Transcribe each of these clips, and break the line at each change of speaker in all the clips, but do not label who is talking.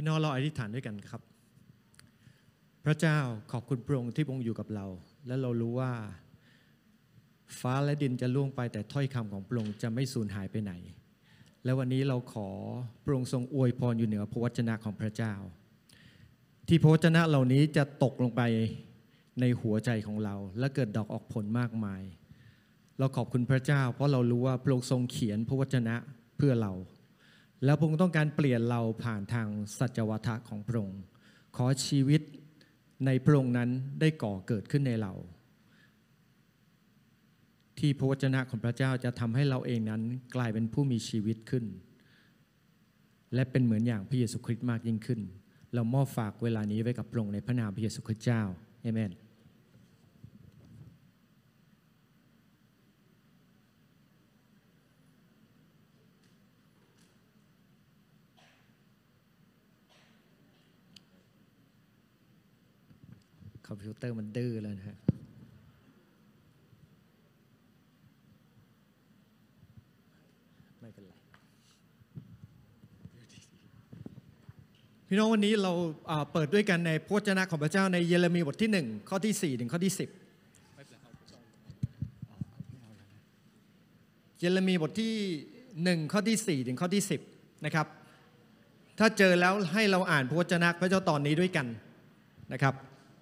พี่น้องเราอธิษฐานด้วยกันครับพระเจ้าขอบคุณพระองค์ที่พระองค์อยู่กับเราและเรารู้ว่าฟ้าและดินจะล่วงไปแต่ถ้อยคำของพระองค์จะไม่สูญหายไปไหนและวันนี้เราขอพระองค์ทรงอวยพรอยู่เหนือพระวจนะของพระเจ้าที่พระวจนะเหล่านี้จะตกลงไปในหัวใจของเราและเกิดดอกออกผลมากมายเราขอบคุณพระเจ้าเพราะเรารู้ว่าพระองค์ทรงเขียนพระวจนะเพื่อเราแล้วพระองค์ต้องการเปลี่ยนเราผ่านทางสัจวาทะของพระองค์ขอชีวิตในพระองค์นั้นได้ก่อเกิดขึ้นในเราที่พระวจนะของพระเจ้าจะทำให้เราเองนั้นกลายเป็นผู้มีชีวิตขึ้นและเป็นเหมือนอย่างพระเยซูคริสต์มากยิ่งขึ้นเรามอบฝากเวลานี้ไว้กับพระองค์ในพระนามพระเยซูคริสต์เจ้าอาเมนคอมพิวเตอร์มันดื้อแล้วนะฮะไม่เป็นไรพี่น้องวันนี้เราเปิดด้วยกันในพระวจนะของพระเจ้าในเยเรมีบทที่1ข้อที่4ถึงข้อที่10เยเรมีบทที่1ข้อที่4ถึงข้อที่10นะครับถ้าเจอแล้วให้เราอ่านพระวจนะพระเจ้าตอนนี้ด้วยกันนะครับ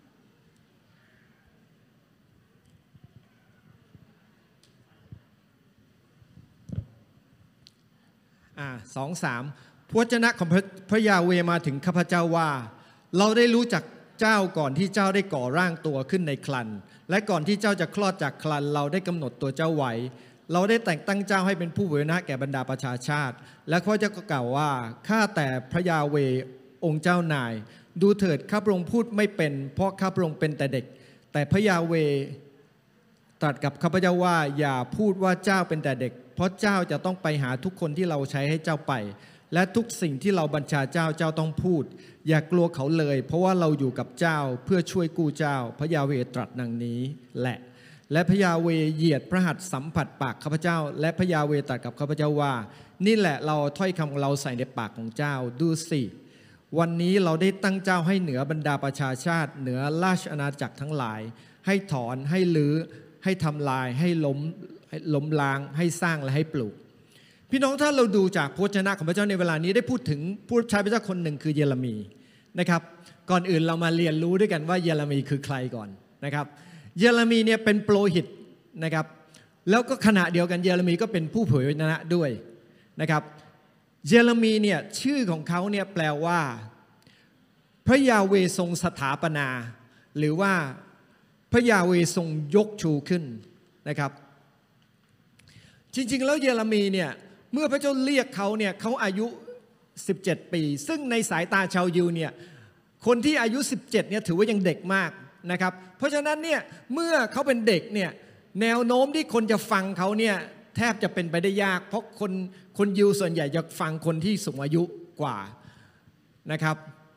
2-3 พระวจนะของพระยาเวห์มาถึงข้าพเจ้าว่าเราได้รู้จักเจ้าก่อนที่เจ้าได้ก่อร่างตัวขึ้นในครรภ์และก่อนที่เจ้าจะคลอดจากครรภ์เราได้กำหนดตัวเจ้าไว้เราได้แต่งตั้งเจ้าให้เป็นผู้เผยพระวจนะแก่บรรดาประชาชาติและข้าพเจ้าก็กล่าวว่าข้าแต่พระยาเวห์องค์เจ้านายดูเถิดข้าพระองค์พูดไม่เป็นเพราะข้าพระองค์เป็นแต่เด็กแต่พระยาเวห์ตรัสกับข้าพเจ้าว่าอย่าพูดว่าเจ้าเป็นแต่เด็กเพราะเจ้าจะต้องไปหาทุกคนที่เราใช้ให้เจ้าไปและทุกสิ่งที่เราบัญชาเจ้าต้องพูดอย่ากลัวเขาเลยเพราะว่าเราอยู่กับเจ้าเพื่อช่วยกู้เจ้าพระยาเวห์ตรัสดังนี้และพระยาเวห์เหยียดพระหัตถ์สัมผัสปากข้าพเจ้าและพระยาเวห์ตรัสกับข้าพเจ้าว่านี่แหละเราถ้อยคำของเราใส่ในปากของเจ้าดูสิวันนี้เราได้ตั้งเจ้าให้เหนือบรรดาประชาชาติเหนือราชอาณาจักรทั้งหลายให้ถอนให้ลื้อให้ทำลายให้ล้มล้างให้สร้างและให้ปลูกพี่น้องถ้าเราดูจากพระวจนะของพระเจ้าในเวลานี้ได้พูดถึงผู้รับใช้พระเจ้าคนหนึ่งคือเยเรมีนะครับก่อนอื่นเรามาเรียนรู้ด้วยกันว่าเยเรมีคือใครก่อนนะครับเยเรมีเนี่ยเป็นโปรหิตนะครับแล้วก็ขณะเดียวกันเยเรมีก็เป็นผู้เผยพระวจนะด้วยนะครับเยเรมีเนี่ยชื่อของเขาเนี่ยแปลว่าพระยาเวห์ทรงสถาปนาหรือว่าพระยาเวห์ทรงยกชูขึ้นนะครับจริงๆแล้วเยเรมีเนี่ยเมื่อพระเจ้าเรียกเขาเนี่ยเขาอายุ17ปีซึ่งในสายตาชาวยิวเนี่ยคนที่อายุ17เนี่ยถือว่ายังเด็กมากนะครับเพราะฉะนั้นเนี่ยเมื่อเขาเป็นเด็กเนี่ยแนวโน้มที่คนจะฟังเขาเนี่ยแทบจะเป็นไปได้ยากเพราะคนยิวส่วนใหญ่จะฟังคนที่สูงอายุกว่านะครับ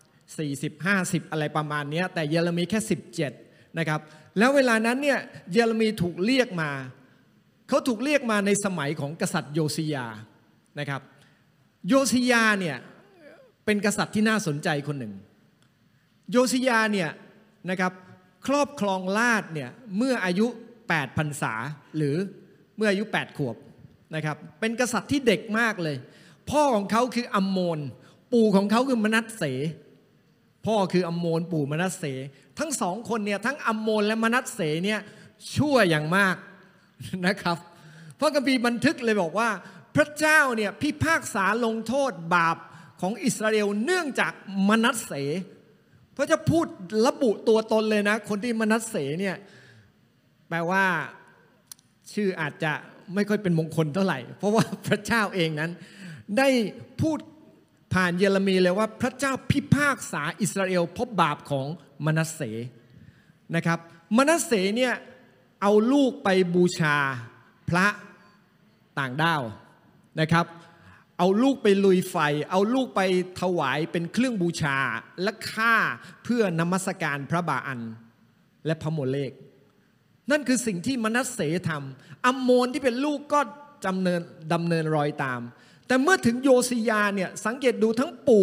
40-50อะไรประมาณนี้แต่เยเรมีแค่17นะครับแล้วเวลานั้นเนี่ยเยเรมีถูกเรียกมาเขาถูกเรียกมาในสมัยของกษัตริย์โยซียานะครับโยซียาเนี่ยเป็นกษัตริย์ที่น่าสนใจคนหนึ่งโยซียาเนี่ยนะครับครอบครองราชย์เนี่ยเมื่ออายุ8พรรษาหรือเมื่ออายุ8ขวบนะครับเป็นกษัตริย์ที่เด็กมากเลยพ่อของเขาคืออัมโมนปู่ของเขาคือมนัสเสพ่อคืออัมโมนปู่มนัสเสทั้งสองคนเนี่ยทั้งอัมโมนและมนัสเสเนี่ยชั่วอย่างมากนะครับเพราะคัมภีร์บันทึกเลยบอกว่าพระเจ้าเนี่ยพิพากษาลงโทษบาปของอิสราเอลเนื่องจากมนัสเสเพราะจะพูดระบุตัวตนเลยนะคนที่มนัสเสเนี่ยแปลว่าชื่ออาจจะไม่ค่อยเป็นมงคลเท่าไหร่เพราะว่าพระเจ้าเองนั้นได้พูดผ่านเยเรมีเลยว่าพระเจ้าพิพากษาอิสราเอลเพราะบาปของมนัสเสนะครับมนัสเสเนี่ยเอาลูกไปบูชาพระต่างด้าวนะครับเอาลูกไปลุยไฟเอาลูกไปถวายเป็นเครื่องบูชาและฆ่าเพื่อนมัสการพระบาอันและพระโมเลกนั่นคือสิ่งที่มนัสเสทำอัมโมนที่เป็นลูกก็ดำเนินรอยตามแต่เมื่อถึงโยซียาเนี่ยสังเกตดูทั้งปู่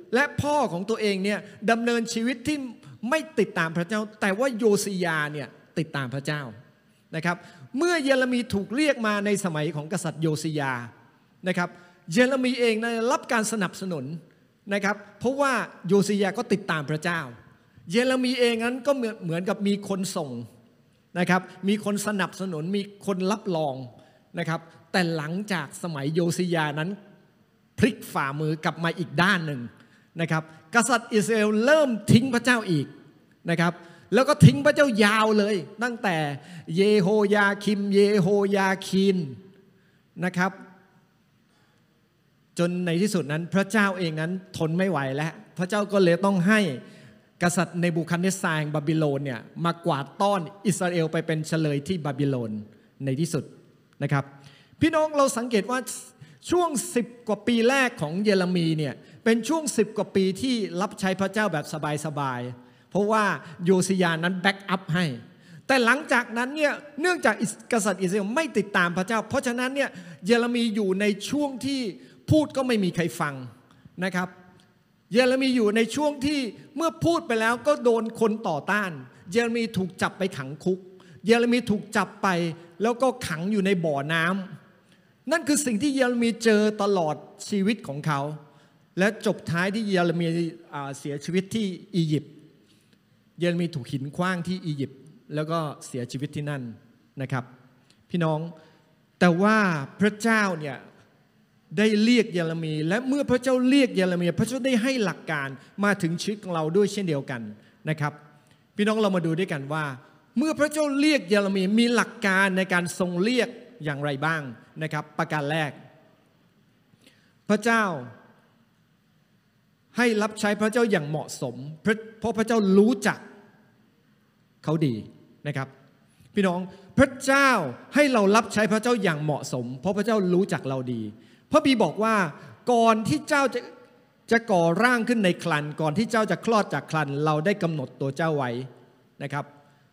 และพ่อของตัวเองเนี่ยดำเนินชีวิตที่ไม่ติดตามพระเจ้าแต่ว่าโยซียาเนี่ยติดตามพระเจ้านะครับเมื่อเยเรมีถูกเรียกมาในสมัยของกษัตริย์โยซียานะครับเยเรมีเองได้รับการสนับสนุนนะครับเพราะว่าโยซียาก็ติดตามพระเจ้าเยเรมีเองนั้นก็เหมือนกับมีคนส่งนะครับมีคนสนับสนุนมีคนรับรองนะครับแต่หลังจากสมัยโยซียานั้นพลิกฝ่ามือกลับมาอีกด้านหนึ่งนะครับกษัตริย์อิสราเอลเริ่มทิ้งพระเจ้าอีกนะครับแล้วก็ทิ้งพระเจ้ายาวเลยตั้งแต่เยโฮยาคิมเยโฮยาคีนนะครับจนในที่สุดนั้นพระเจ้าเองนั้นทนไม่ไหวแล้วพระเจ้าก็เลยต้องให้กษัตริย์เนบูคัดเนสซาร์แห่งบาบิโลนเนี่ยมากวาดต้อนอิสราเอลไปเป็นเฉลยที่บาบิโลนในที่สุดนะครับพี่น้องเราสังเกตว่าช่วง10 กว่าปีแรกของเยเรมีเนี่ยเป็นช่วง10 กว่าปีที่รับใช้พระเจ้าแบบสบายๆเพราะว่าโยซียานั้นแบ็กอัพให้แต่หลังจากนั้นเนี่ยเนื่องจากกษัตริย์อิสราเอลไม่ติดตามพระเจ้าเพราะฉะนั้นเนี่ยเยเรมีอยู่ในช่วงที่พูดก็ไม่มีใครฟังนะครับเยเรมีอยู่ในช่วงที่เมื่อพูดไปแล้วก็โดนคนต่อต้านเยเรมีถูกจับไปขังคุกเยเรมีถูกจับไปแล้วก็ขังอยู่ในบ่อน้ำนั่นคือสิ่งที่เยเรมีเจอตลอดชีวิตของเขาและจบท้ายที่เยเรมีเสียชีวิตที่อียิปต์เยเรมีถูกหินขว้างที่อียิปต์แล้วก็เสียชีวิตที่นั่นนะครับพี่น้องแต่ว่าพระเจ้าเนี่ยได้เรียกเยเรมีและเมื่อพระเจ้าเรียกเยเรมีพระเจ้าได้ให้หลักการมาถึงชีวิตของเราด้วยเช่นเดียวกันนะครับพี่น้องเรามาดูด้วยกันว่าเมื่อพระเจ้าเรียกเยเรมีมีหลักการในการทรงเรียกอย่างไรบ้างนะครับประการแรกพระเจ้าให้รับใช้พระเจ้าอย่างเหมาะสมเพราะพระเจ้ารู้จักเขาดีนะครับพี่น้องพระเจ้าให้เรารับใช้พระเจ้าอย่างเหมาะสมเพราะพระเจ้ารู้จักเราดีพระบีบอกว่าก่อนที่เจ้าจะก่อร่างขึ้นในครรภ์ก่อนที่เจ้าจะคลอดจากครรภ์เราได้กำหนดตัวเจ้าไว้นะครับ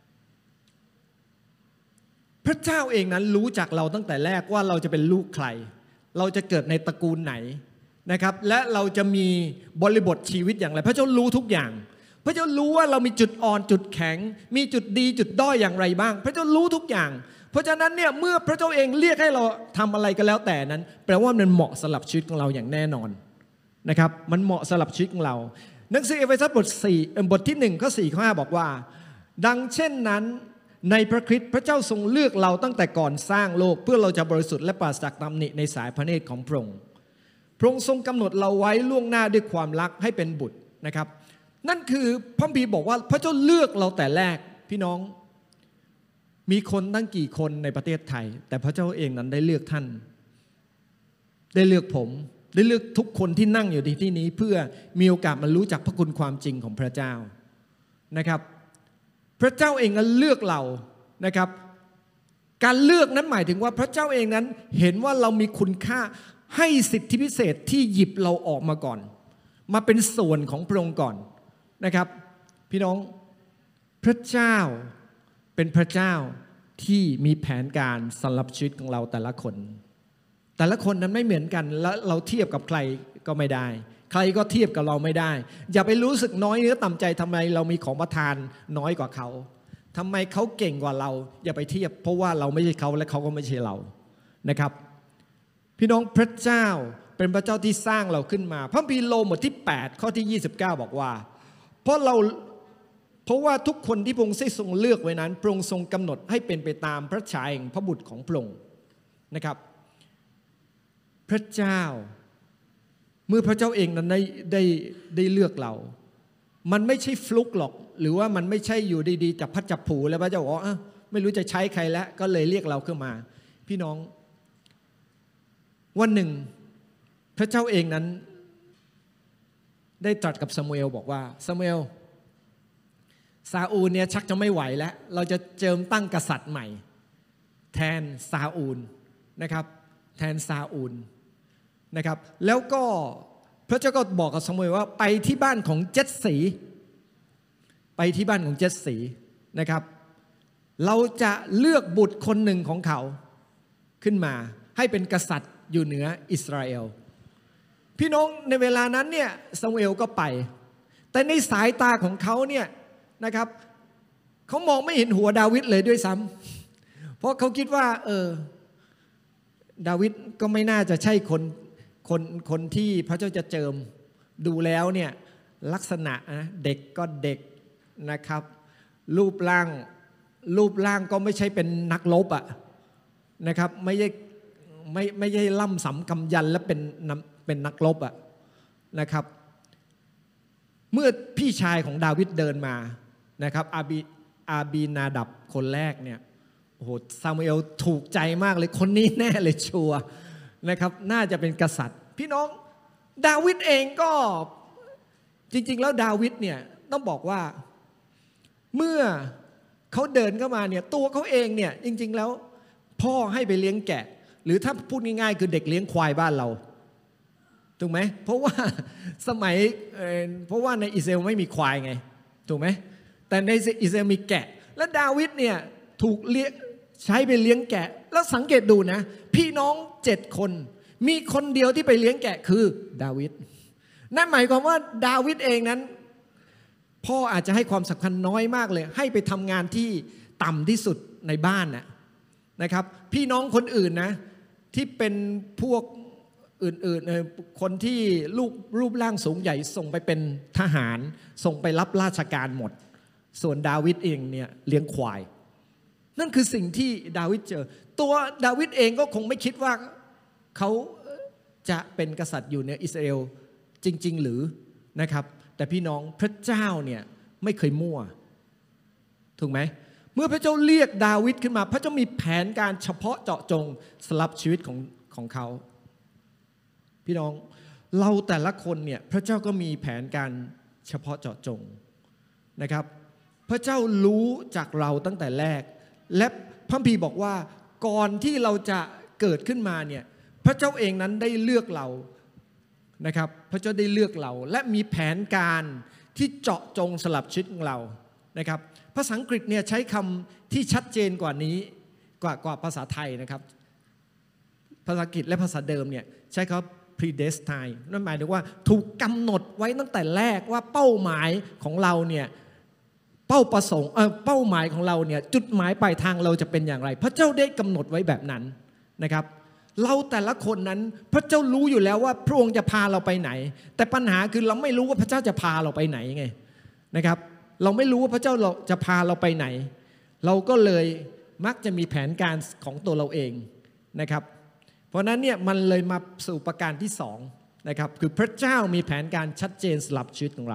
พระเจ้าเองนั้นรู้จักเราตั้งแต่แรกว่าเราจะเป็นลูกใครเราจะเกิดในตระกูลไหนนะครับและเราจะมีบริบทชีวิตอย่างไรพระเจ้ารู้ทุกอย่างพระเจ้ารู้ว่าเรามีจุดอ่อนจุดแข็งมีจุดดีจุดด้อยอย่างไรบ้างพระเจ้ารู้ทุกอย่างเพราะฉะนั้นเนี่ยเมื่อพระเจ้าเองเรียกให้เราทำอะไรก็แล้วแต่นั้นแปลว่ามันเหมาะสำหรับชีวิตของเราอย่างแน่นอนนะครับมันเหมาะสำหรับชีวิตของเราหนังสือเอเฟซัสบทที่1ข้อ4ข้อ5บอกว่าดังเช่นนั้นในพระคริสต์พระเจ้าทรงเลือกเราตั้งแต่ก่อนสร้างโลกเพื่อเราจะบริสุทธิ์และปราศจากตำหนิในสายพระเนตรของพระองค์พระองค์ทรงกำหนดเราไว้ล่วงหน้าด้วยความรักให้เป็นบุตรนะครับนั่นคือพระคัมภีร์บอกว่าพระเจ้าเลือกเราแต่แรกพี่น้องมีคนตั้งกี่คนในประเทศไทยแต่พระเจ้าเองนั้นได้เลือกท่านได้เลือกผมได้เลือกทุกคนที่นั่งอยู่ในที่นี้เพื่อมีโอกาสมารู้จักพระคุณความจริงของพระเจ้านะครับพระเจ้าเองนั้นเลือกเรานะครับการเลือกนั้นหมายถึงว่าพระเจ้าเองนั้นเห็นว่าเรามีคุณค่าให้สิทธิพิเศษที่หยิบเราออกมาก่อนมาเป็นส่วนของพระองค์ก่อนนะครับพี่น้องพระเจ้าเป็นพระเจ้าที่มีแผนการสำหรับชีวิตของเราแต่ละคนนั้นไม่เหมือนกันแล้วเราเทียบกับใครก็ไม่ได้ใครก็เทียบกับเราไม่ได้อย่าไปรู้สึกน้อยเนื้อต่ำใจทำไมเรามีของประทานน้อยกว่าเขาทำไมเขาเก่งกว่าเราอย่าไปเทียบเพราะว่าเราไม่ใช่เขาและเขาก็ไม่ใช่เรานะครับพี่น้องพระเจ้าเป็นพระเจ้าที่สร้างเราขึ้นมาพระคัมภีร์โรมบทที่8ข้อที่29บอกว่าเพราะว่าทุกคนที่พระองค์ได้ทรงเลือกไว้นั้นพระองค์ทรงกำหนดให้เป็นไปตามพระฉายแห่งพระบุตรของพระองค์นะครับพระเจ้าเมื่อพระเจ้าเองนั้นได้เลือกเรามันไม่ใช่ฟลุกหรอกหรือว่ามันไม่ใช่อยู่ดีๆจับพัดจับผูแล้วพระเจ้าบอกว่าไม่รู้จะใช้ใครแล้วก็เลยเรียกเราขึ้นมาพี่น้องวันหนึ่งพระเจ้าเองนั้นได้ตรัสกับซามูเอลบอกว่าซามูเอลซาอูลเนี่ยชักจะไม่ไหวแล้วเราจะเจิมตั้งกษัตริย์ใหม่แทนซาอูลนะครับแทนซาอูลนะครับแล้วก็พระเจ้าก็บอกกับซามูเอลว่าไปที่บ้านของเจสสีนะครับเราจะเลือกบุตรคนหนึ่งของเขาขึ้นมาให้เป็นกษัตริย์อยู่เหนืออิสราเอลพี่น้องในเวลานั้นเนี่ยซามูเอลก็ไปแต่ในสายตาของเขาเนี่ยนะครับเขามองไม่เห็นหัวดาวิดเลยด้วยซ้ำเพราะเขาคิดว่าดาวิดก็ไม่น่าจะใช่คนที่พระเจ้าจะเจิมดูแล้วเนี่ยลักษณะนะเด็กก็เด็กนะครับรูปร่างก็ไม่ใช่เป็นนักรบอะนะครับไม่ใช่ล่ำสำกำยันและเป็นนักรบอะนะครับเมื่อพี่ชายของดาวิดเดินมานะครับอาบีนาดับคนแรกเนี่ยโอ้โหซามูเอลถูกใจมากเลยคนนี้แน่เลยชัวร์นะครับน่าจะเป็นกษัตริย์พี่น้องดาวิดเองก็จริงๆแล้วดาวิดเนี่ยต้องบอกว่าเมื่อเขาเดินเข้ามาเนี่ยตัวเขาเองเนี่ยจริงๆแล้วพ่อให้ไปเลี้ยงแกะหรือถ้าพูดง่ายๆคือเด็กเลี้ยงควายบ้านเราถูกไหมเพราะว่าเพราะว่าในอิสราเอลไม่มีควายไงถูกไหมแต่ในอิสราเอลมีแกะและดาวิดเนี่ยถูกเลี้ยงใช้ไปเลี้ยงแกะแล้วสังเกตดูนะพี่น้อง7 คนมีคนเดียวที่ไปเลี้ยงแกะคือดาวิดนั่นหมายความว่าดาวิดเองนั้นพ่ออาจจะให้ความสำคัญน้อยมากเลยให้ไปทำงานที่ต่ำที่สุดในบ้านนะครับพี่น้องคนอื่นนะที่เป็นพวกอื่นๆคนที่รูปร่างสูงใหญ่ส่งไปเป็นทหารส่งไปรับราชการหมดส่วนดาวิดเองเนี่ยเลี้ยงควายนั่นคือสิ่งที่ดาวิดเจอตัวดาวิดเองก็คงไม่คิดว่าเขาจะเป็นกษัตริย์อยู่ในอิสราเอลจริงๆหรือนะครับแต่พี่น้องพระเจ้าเนี่ยไม่เคยมั่วถูกไหมเมื่อพระเจ้าเรียกดาวิดขึ้นมาพระเจ้ามีแผนการเฉพาะเจาะจงสำหรับชีวิตของเขาพี่น้องเราแต่ละคนเนี่ยพระเจ้าก็มีแผนการเฉพาะเจาะจงนะครับพระเจ้ารู้จากเราตั้งแต่แรกและพระคัมภีร์บอกว่าก่อนที่เราจะเกิดขึ้นมาเนี่ยพระเจ้าเองนั้นได้เลือกเรานะครับพระเจ้าได้เลือกเราและมีแผนการที่เจาะจงสำหรับชีวิตของเรานะครับภาษาอังกฤษเนี่ยใช้คำที่ชัดเจนกว่านี้กว่าภาษาไทยนะครับภาษาอังกฤษและภาษาเดิมเนี่ยใช้คำ predestined นั่นหมายถึงว่าถูกกำหนดไว้ตั้งแต่แรกว่าเป้าหมายของเราเนี่ยเป้าหมายของเราเนี่ยจุดหมายปลายทางเราจะเป็นอย่างไรพระเจ้าได้กำหนดไว้แบบนั้นนะครับเราแต่ละคนนั้นพระเจ้ารู้อยู่แล้วว่าพระองค์จะพาเราไปไหนแต่ปัญหาคือเราไม่รู้ว่าพระเจ้าจะพาเราไปไหนไงนะครับเราไม่รู้ว่าพระเจ้าจะพาเราไปไหนเราก็เลยมักจะมีแผนการของตัวเราเองนะครับเพราะนั้นเนี่ยมันเลยมาสู่ประการที่2นะครับคือพระเจ้ามีแผนการชัดเจนสำหรับชีวิตของเรา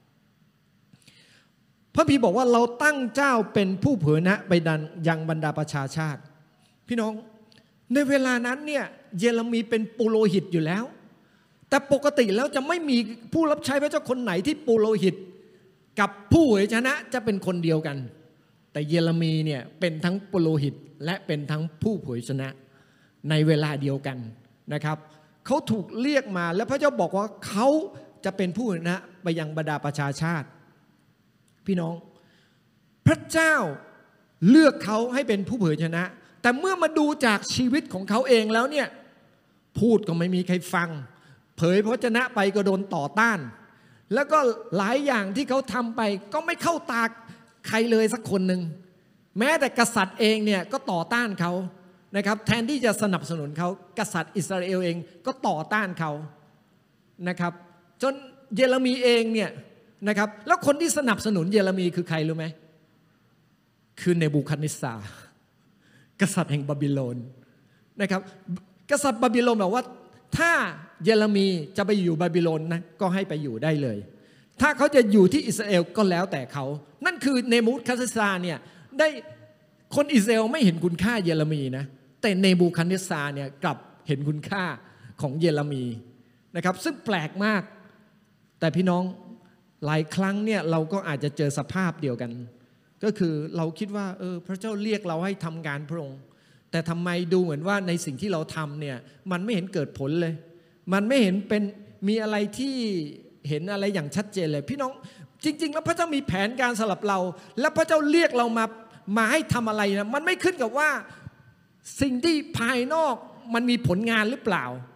พระคัมภีร์บอกว่าเราตั้งเจ้าเป็นผู้เผยนะไปยังบรรดาประชาชาติพี่น้องในเวลานั้นเนี่ยเยเรมีเป็นปุโรหิตอยู่แล้วแต่ปกติแล้วจะไม่มีผู้รับใช้พระเจ้าคนไหนที่ปุโรหิตกับผู้เผยชนะจะเป็นคนเดียวกันแต่เยเรมีเนี่ยเป็นทั้งปุโรหิตและเป็นทั้งผู้เผยชนะในเวลาเดียวกันนะครับเขาถูกเรียกมาและพระเจ้าบอกว่าเขาจะเป็นผู้เผยชนะไปยังบรรดาประชาชาติพี่น้องพระเจ้าเลือกเขาให้เป็นผู้เผยชนะแต่เมื่อมาดูจากชีวิตของเขาเองแล้วเนี่ยพูดก็ไม่มีใครฟังเผยพระวจนะไปก็โดนต่อต้านแล้วก็หลายอย่างที่เขาทำไปก็ไม่เข้าตาใครเลยสักคนหนึ่งแม้แต่กษัตริย์เองเนี่ยก็ต่อต้านเขานะครับแทนที่จะสนับสนุนเขากษัตริย์อิสราเอลเองก็ต่อต้านเขานะครับจนเยเรมีเองเนี่ยนะครับแล้วคนที่สนับสนุนเยเรมีคือใครรู้ไหมคือเนบูคัดเนสซาร์กษัตริย์แห่งบาบิโลนนะครับกษัตริย์บาบิโลนบอกว่าถ้าเยเรมีจะไปอยู่บาบิโลนนะก็ให้ไปอยู่ได้เลยถ้าเขาจะอยู่ที่อิสราเอลก็แล้วแต่เขานั่นคือเนบูคัดเนสซาร์เนี่ยได้คนอิสราเอลไม่เห็นคุณค่าเยเรมีนะแต่เนบูคัดเนสซาร์เนี่ยกลับเห็นคุณค่าของเยเรมีนะครับซึ่งแปลกมากแต่พี่น้องหลายครั้งเนี่ยเราก็อาจจะเจอสภาพเดียวกันก็คือเราคิดว่าพระเจ้าเรียกเราให้ทำงานพระองค์แต่ทำไมดูเหมือนว่าในสิ่งที่เราทำเนี่ยมันไม่เห็นเกิดผลเลยมันไม่เห็นเป็นมีอะไรที่เห็นอะไรอย่างชัดเจนเลยพี่น้องจริงๆแล้วพระเจ้ามีแผนการสำหรับเราและพระเจ้าเรียกเรามาให้ทำอะไรนะมันไม่ขึ้นกับว่าสิ่งที่ภายนอกมันมีผลงานหรือเปล่า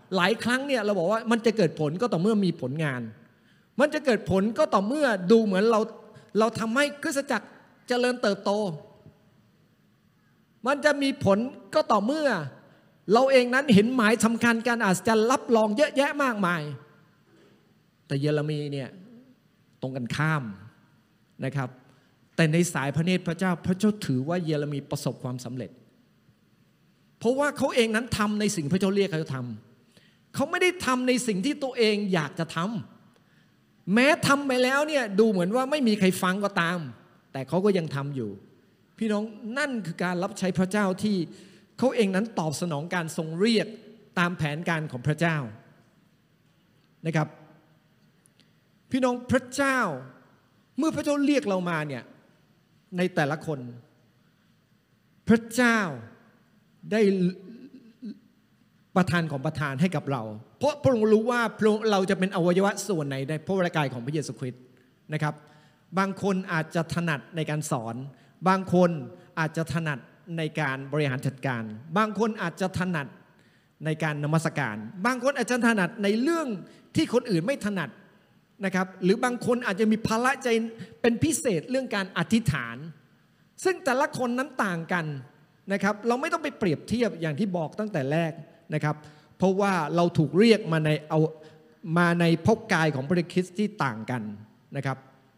หลายครั้งเนี่ยเราบอกว่ามันจะเกิดผลก็ต่อเมื่อมีผลงานมันจะเกิดผลก็ต่อเมื่อดูเหมือนเราทำให้คริสตจักรเจริญเติบโตมันจะมีผลก็ต่อเมื่อเราเองนั้นเห็นหมายสำคัญการอาจจะรับรองเยอะแยะมากมายแต่เยเรมีเนี่ยตรงกันข้ามนะครับแต่ในสายพระเนตรพระเจ้าถือว่าเยเรมีประสบความสำเร็จเพราะว่าเขาเองนั้นทำในสิ่งพระเจ้าเรียกเขาทำเขาไม่ได้ทำในสิ่งที่ตัวเองอยากจะทำแม้ทำไปแล้วเนี่ยดูเหมือนว่าไม่มีใครฟังก็ตามแต่เขาก็ยังทำอยู่พี่น้องนั่นคือการรับใช้พระเจ้าที่เขาเองนั้นตอบสนองการทรงเรียกตามแผนการของพระเจ้านะครับพี่น้องพระเจ้าเมื่อพระเจ้าเรียกเรามาเนี่ยในแต่ละคนพระเจ้าได้ประทานของประทานให้กับเราเพราะพระองค์รู้ว่าเราจะเป็นอวัยวะส่วนไหนในพระวรากายของพระเยซูคริสต์นะครับบางคนอาจจะถนัดในการสอนบางคนอาจจะถนัดในการบริหารจัดการบางคนอาจจะถนัดในการนมัสการบางคนอาจจะถนัดในเรื่องที่คนอื่นไม่ถนัดนะครับหรือบางคนอาจจะมีภาระใจเป็นพิเศษเรื่องการอธิษฐานซึ่งแต่ละคนนั้นต่างกันนะครับเราไม่ต้องไปเปรียบเทียบอย่างที่บอกตั้งแต่แรกนะครับเพราะว่าเราถูกเรียกมาในพระกายของพระคริสต์ที่ต่างกันนะครับ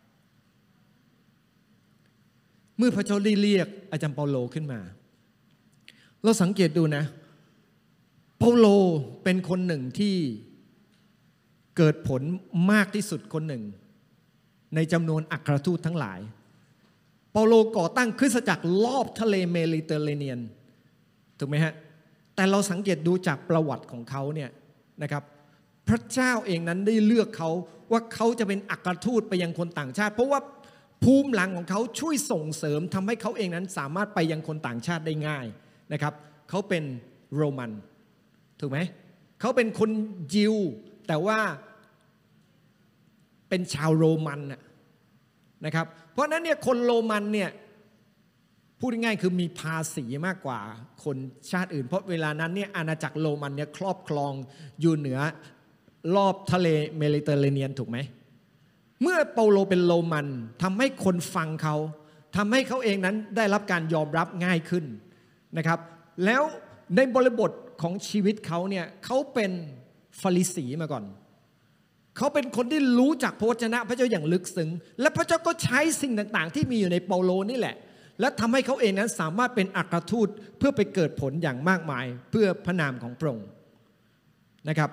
เมื่อพระเจ้าได้เรียกอาจารย์เปาโลขึ้นมาเราสังเกตดูนะเปาโลเป็นคนหนึ่งที่เกิดผลมากที่สุดคนหนึ่งในจำนวนอัครทูตทั้งหลายเปาโลก่อตั้งคริสตจักรรอบทะเลเมดิเตอร์เรเนียนถูกไหมฮะแต่เราสังเกตดูจากประวัติของเขาเนี่ยนะครับพระเจ้าเองนั้นได้เลือกเขาว่าเขาจะเป็นอัครทูตไปยังคนต่างชาติเพราะว่าภูมิหลังของเขาช่วยส่งเสริมทำให้เขาเองนั้นสามารถไปยังคนต่างชาติได้ง่ายนะครับเขาเป็นโรมันถูกไหมเขาเป็นคนยิวแต่ว่าเป็นชาวโรมันนะครับเพราะนั้นเนี่ยคนโรมันเนี่ยพูดง่ายๆคือมีภาษีมากกว่าคนชาติอื่นเพราะเวลานั้นเนี่ยอาณาจักรโรมันเนี่ยครอบครองอยู่เหนือรอบทะเลเมดิเตอร์เรเนียนถูกไหมเมื่อเปาโลเป็นโรมันทำให้คนฟังเขาทำให้เขาเองนั้นได้รับการยอมรับง่ายขึ้นนะครับแล้วในบริบทของชีวิตเขาเนี่ยเขาเป็นฟาริสีมาก่อนเขาเป็นคนที่รู้จักพระวจนะพระเจ้าอย่างลึกซึ้งและพระเจ้าก็ใช้สิ่งต่างๆที่มีอยู่ในเปาโลนี่แหละและทำให้เขาเองนั้นสามารถเป็นอัครทูตเพื่อไปเกิดผลอย่างมากมายเพื่อพระนามของพระองค์นะครับ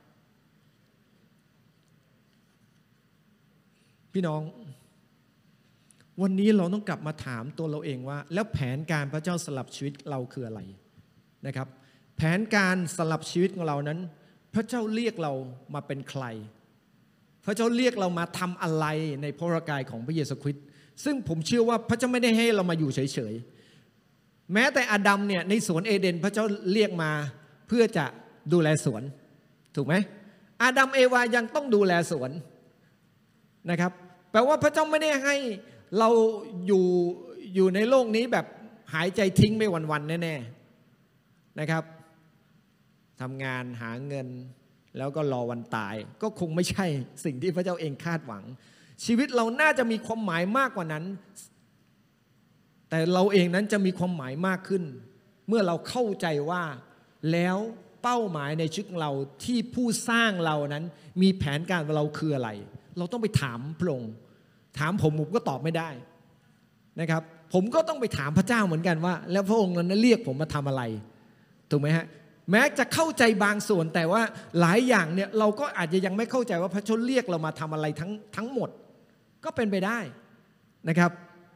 พี่น้องวันนี้เราต้องกลับมาถามตัวเราเองว่าแล้วแผนการพระเจ้าสลับชีวิตเราคืออะไรนะครับแผนการสลับชีวิตของเรานั้นพระเจ้าเรียกเรามาเป็นใครพระเจ้าเรียกเรามาทำอะไรในพระวรากายของพระเยซูคริสต์ซึ่งผมเชื่อว่าพระเจ้าไม่ได้ให้เรามาอยู่เฉยๆแม้แต่อาดัมเนี่ยในสวนเอเดนพระเจ้าเรียกมาเพื่อจะดูแลสวนถูกไหมอาดัมเอวายังต้องดูแลสวนนะครับแปลว่าพระเจ้าไม่ได้ให้เราอยู่ในโลกนี้แบบหายใจทิ้งไปวันๆแน่ๆนะครับทำงานหาเงินแล้วก็รอวันตายก็คงไม่ใช่สิ่งที่พระเจ้าเองคาดหวังชีวิตเราน่าจะมีความหมายมากกว่านั้นแต่เราเองนั้นจะมีความหมายมากขึ้นเมื่อเราเข้าใจว่าแล้วเป้าหมายในชีวิตของเราที่ผู้สร้างเรานั้นมีแผนการของเราคืออะไรเราต้องไปถามพระองค์ถามผมก็ตอบไม่ได้นะครับผมก็ต้องไปถามพระเจ้าเหมือนกันว่าแล้วพระองค์นั้นเรียกผมมาทำอะไรถูกไหมฮะแม้จะเข้าใจบางส่วนแต่ว่าหลายอย่างเนี่ยเราก็อาจจะยังไม่เข้าใจว่าพระเจ้าเรียกเรามาทำอะไรทั้งหมดก็เป็นไปได้นะครับ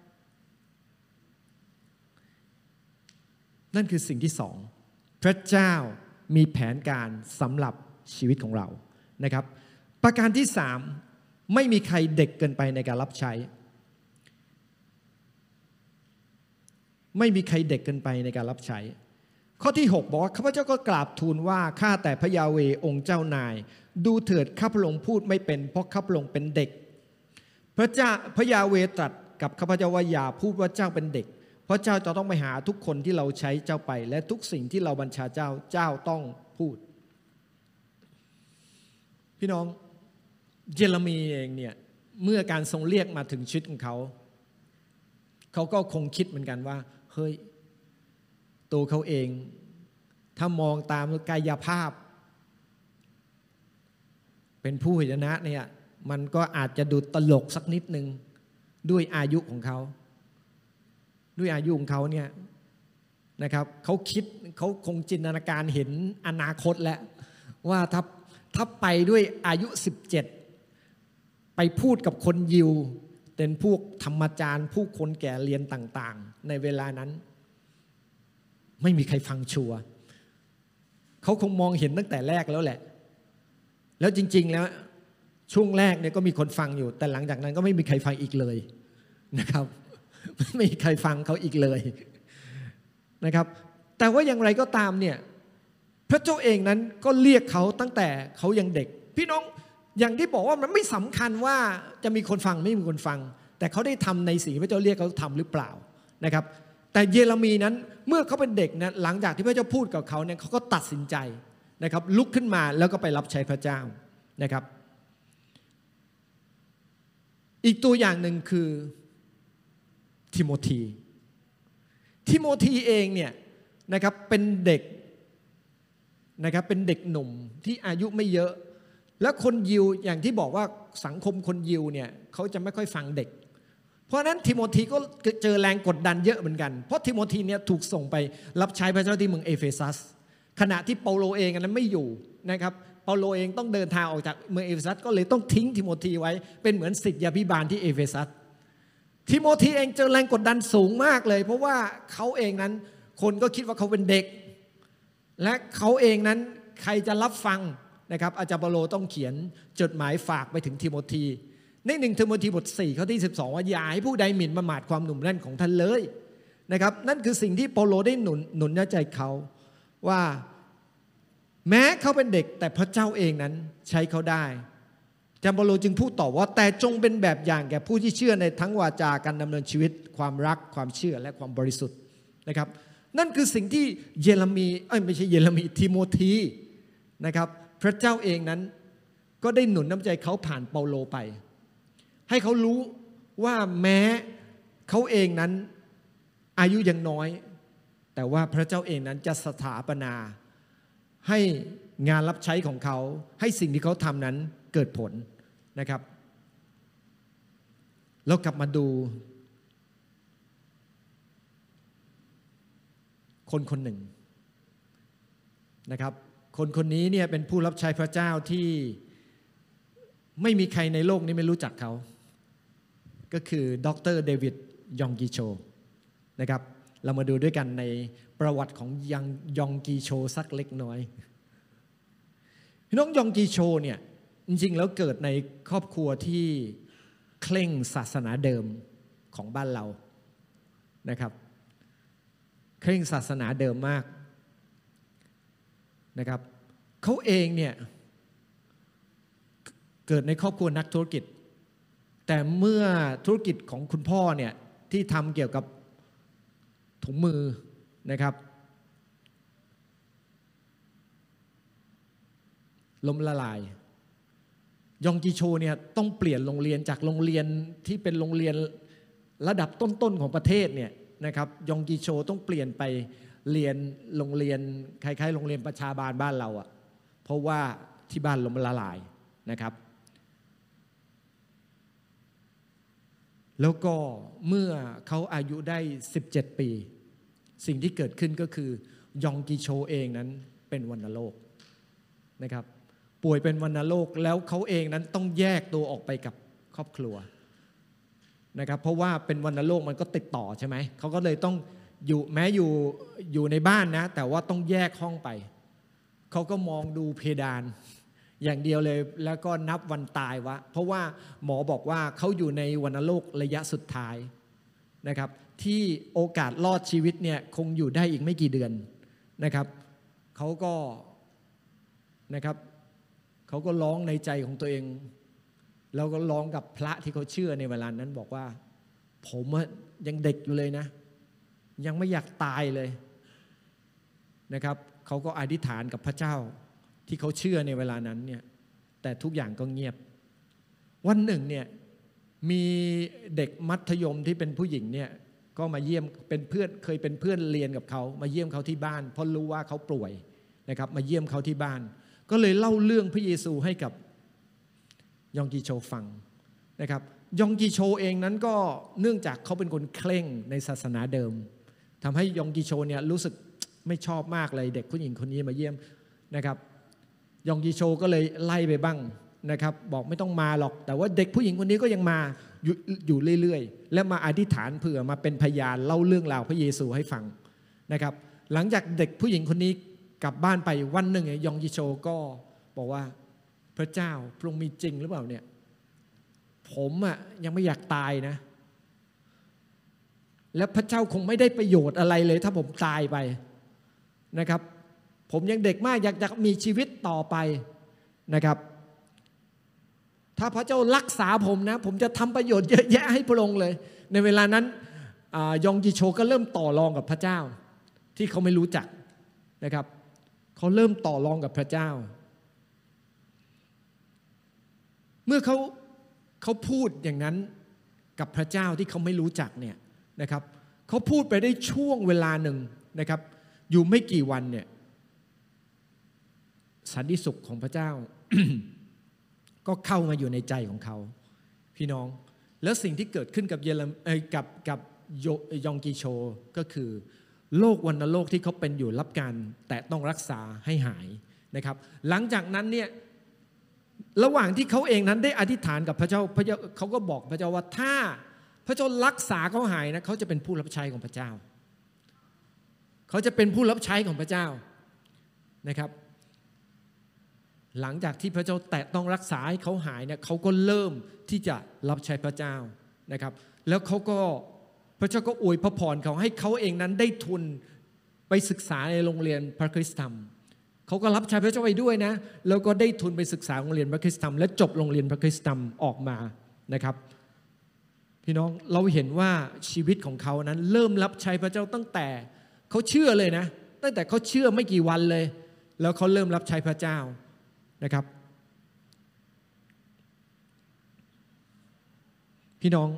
นั่นคือสิ่งที่สองพระเจ้ามีแผนการสำหรับชีวิตของเรานะครับประการที่สามไม่มีใครเด็กเกินไปในการรับใช้ไม่มีใครเด็กเกินไปในการรับใช้ข้อที่6บอกว่าข้าพเจ้าก็กราบทูลว่าข้าแต่พระยาเวห์องค์เจ้านายดูเถิดข้าพระองค์พูดไม่เป็นเพราะข้าพระองค์เป็นเด็กพระยาเวห์ตรัสกับข้าพเจ้าว่าอย่าพูดว่าเจ้าเป็นเด็กเพราะเจ้าจะต้องไปหาทุกคนที่เราใช้เจ้าไปและทุกสิ่งที่เราบัญชาเจ้าต้องพูดพี่น้องเยเรมีเองเนี่ยเมื่อการทรงเรียกมาถึงชีวิตของเขาก็คงคิดเหมือนกันว่าเฮ้ยตัวเขาเองถ้ามองตามกายภาพเป็นผู้เห็นนะเนี่ยมันก็อาจจะดูตลกสักนิดนึงด้วยอายุของเขาเนี่ยนะครับเขาคิดเขาคงจินตนาการเห็นอนาคตแล้วว่าถ้าไปด้วยอายุ17ไปพูดกับคนยิวเป็นพวกธรรมจารย์ผู้คนแก่เรียนต่างๆในเวลานั้นไม่มีใครฟังชัวร์เขาคงมองเห็นตั้งแต่แรกแล้วแหละแล้วจริงๆแล้วช่วงแรกเนี่ยก็มีคนฟังอยู่แต่หลังจากนั้นก็ไม่มีใครฟังอีกเลยนะครับไม่มีใครฟังเขาอีกเลยนะครับแต่ว่าอย่างไรก็ตามเนี่ยพระเจ้าเองนั้นก็เรียกเขาตั้งแต่เขายังเด็กพี่น้องอย่างที่บอกว่ามันไม่สำคัญว่าจะมีคนฟังไม่มีคนฟังแต่เขาได้ทำในสิ่งที่พระเจ้าเรียกเขาทำหรือเปล่านะครับแต่เยเรมีนั้นเมื่อเขาเป็นเด็กนะหลังจากที่พระเจ้าพูดกับเขาเนี่ยเขาก็ตัดสินใจนะครับลุกขึ้นมาแล้วก็ไปรับใช้พระเจ้านะครับอีกตัวอย่างหนึ่งคือทิโมธีเองเนี่ยนะครับเป็นเด็กนะครับเป็นเด็กหนุ่มที่อายุไม่เยอะแล้วคนยิวอย่างที่บอกว่าสังคมคนยิวเนี่ยเขาจะไม่ค่อยฟังเด็กเพราะฉะนั้นทิโมธีก็เจอแรงกดดันเยอะเหมือนกันเพราะทิโมธีเนี่ยถูกส่งไปรับใช้พระเจ้าที่เมืองเอเฟซัสขณะที่เปาโลเองนั้นไม่อยู่นะครับเปาโลเองต้องเดินทางออกจากเมืองเอเฟซัสก็เลยต้องทิ้งทิโมธีไว้เป็นเหมือนศิษยาภิบาลที่เอเฟซัสทิโมธีเองเจอแรงกดดันสูงมากเลยเพราะว่าเขาเองนั้นคนก็คิดว่าเขาเป็นเด็กและเขาเองนั้นใครจะรับฟังนะครับอาจารย์เปาโลต้องเขียนจดหมายฝากไปถึงทิโมธีใน1ทิโมธีบท4ข้อที่12ว่าอย่าให้ผู้ใดหมิ่นประมาทความหนุ่มแน่นของท่านเลยนะครับนั่นคือสิ่งที่เปาโลได้หนุนใจเขาว่าแม้เขาเป็นเด็กแต่พระเจ้าเองนั้นใช้เขาได้อาจารย์เปาโลจึงพูดต่อว่าแต่จงเป็นแบบอย่างแก่ผู้ที่เชื่อในทั้งวาจาการดำเนินชีวิตความรักความเชื่อและความบริสุทธิ์นะครับนั่นคือสิ่งที่เยเรมีไม่ใช่เยเรมีทิโมธีนะครับพระเจ้าเองนั้นก็ได้หนุนน้ำใจเขาผ่านเปาโลไปให้เขารู้ว่าแม้เขาเองนั้นอายุยังน้อยแต่ว่าพระเจ้าเองนั้นจะสถาปนาให้งานรับใช้ของเขาให้สิ่งที่เขาทำนั้นเกิดผลนะครับแล้วกลับมาดูคนหนึ่งนะครับคนนี้เนี่ยเป็นผู้รับใช้พระเจ้าที่ไม่มีใครในโลกนี้ไม่รู้จักเขาก็คือดร.เดวิดยองกีโชนะครับเรามาดูด้วยกันในประวัติของยองกีโชสักเล็กน้อยพี่น้องยองกีโชเนี่ยจริงๆแล้วเกิดในครอบครัวที่เคร่งศาสนาเดิมของบ้านเรานะครับเคร่งศาสนาเดิมมากนะครับเขาเองเนี่ยเกิดในครอบครัวนักธุรกิจแต่เมื่อธุรกิจของคุณพ่อเนี่ยที่ทำเกี่ยวกับถุงมือนะครับล้มละลายยองกีโชเนี่ยต้องเปลี่ยนโรงเรียนจากโรงเรียนที่เป็นโรงเรียนระดับต้นๆของประเทศเนี่ยนะครับยองกีโชต้องเปลี่ยนไปเรียนโรงเรียนคล้ายๆโรงเรียนประชาบาลบ้านเราอ่ะเพราะว่าที่บ้านล้มละลายนะครับแล้วก็เมื่อเขาอายุได้17ปีสิ่งที่เกิดขึ้นก็คือยองกีโชเองนั้นเป็นวัณโรคนะครับป่วยเป็นวัณโรคแล้วเขาเองนั้นต้องแยกตัวออกไปกับครอบครัวนะครับเพราะว่าเป็นวัณโรคมันก็ติดต่อใช่ไหมเขาก็เลยต้องอยู่ในบ้านนะแต่ว่าต้องแยกห้องไปเขาก็มองดูเพดานอย่างเดียวเลยแล้วก็นับวันตายวะเพราะว่าหมอบอกว่าเขาอยู่ในวัณโรคระยะสุดท้ายนะครับที่โอกาสรอดชีวิตเนี่ยคงอยู่ได้อีกไม่กี่เดือนนะครับเขาก็นะครับเขาก็ร้องในใจของตัวเองแล้วก็ร้องกับพระที่เขาเชื่อในเวลานั้นบอกว่าผมยังเด็กอยู่เลยนะยังไม่อยากตายเลยนะครับเขาก็อธิษฐานกับพระเจ้าที่เขาเชื่อในเวลานั้นเนี่ยแต่ทุกอย่างก็เงียบวันหนึ่งเนี่ยมีเด็กมัธยมที่เป็นผู้หญิงเนี่ยก็มาเยี่ยมเป็นเพื่อนเคยเป็นเพื่อนเรียนกับเขามาเยี่ยมเขาที่บ้านเพราะรู้ว่าเขาป่วยนะครับมาเยี่ยมเขาที่บ้านก็เลยเล่าเรื่องพระเยซูให้กับยองกีโชฟังนะครับยองกีโชเองนั้นก็เนื่องจากเขาเป็นคนเคร่งในศาสนาเดิมทำให้ยองกีโชเนี่ยรู้สึกไม่ชอบมากเลยเด็กผู้หญิงคนนี้มาเยี่ยมนะครับยองกีโชก็เลยไล่ไปบ้างนะครับบอกไม่ต้องมาหรอกแต่ว่าเด็กผู้หญิงคนนี้ก็ยังมาอยู่เรื่อยๆและมาอธิษฐานเผื่อมาเป็นพยานเล่าเรื่องราวพระเยซูให้ฟังนะครับหลังจากเด็กผู้หญิงคนนี้กลับบ้านไปวันหนึ่งยองกีโชก็บอกว่าพระเจ้าพระองค์มีจริงหรือเปล่าเนี่ยผมยังไม่อยากตายนะและพระเจ้าคงไม่ได้ประโยชน์อะไรเลยถ้าผมตายไปนะครับผมยังเด็กมากอยากจะมีชีวิตต่อไปนะครับถ้าพระเจ้ารักษาผมนะผมจะทำประโยชน์เยอะแยะให้พระองค์เลยในเวลานั้นยองกีโชก็เริ่มต่อรองกับพระเจ้าที่เขาไม่รู้จักนะครับเขาเริ่มต่อรองกับพระเจ้าเมื่อเขาพูดอย่างนั้นกับพระเจ้าที่เขาไม่รู้จักเนี่ยนะครับเขาพูดไปได้ช่วงเวลาหนึ่งนะครับอยู่ไม่กี่วันเนี่ยสันติสุขของพระเจ้า ก็เข้ามาอยู่ในใจของเขาพี่น้องแล้วสิ่งที่เกิดขึ้นกับยองกีโชก็คือโรควัณโรคที่เขาเป็นอยู่รับการแต่ต้องรักษาให้หายนะครับหลังจากนั้นเนี่ยระหว่างที่เขาเองนั้นได้อธิษฐานกับพระเจ้าเขาก็บอกพระเจ้าว่าถ้าพระเจ้ารักษาเขาหายนะเขาจะเป็นผู้รับใช้ของพระเจ้าเขาจะเป็นผู้รับใช้ของพระเจ้านะครับหลังจากที่พระเจ้าแตะต้องรักษาให้เขาหายเนี่ยเขาก็เริ่มที่จะรับใช้พระเจ้านะครับแล้วเขาก็พระเจ้าก็อวยพระพรเขาให้เขาเองนั้นได้ทุนไปศึกษาในโรงเรียนพระคริสตธรรมเขาก็รับใช้พระเจ้าไปด้วยนะแล้วก็ได้ทุนไปศึกษาโรงเรียนพระคริสตธรรมและจบโรงเรียนพระคริสตธรรมออกมานะครับพี่น้องเราเห็นว่าชีวิตของเขานั้นเริ่มรับใช้พระเจ้าตั้งแต่เขาเชื่อเลยนะตั้งแต่เขาเชื่อไม่กี่วันเลยแล้วเขาเริ่มรับใช้พระเจ้านะครับพี่น้อง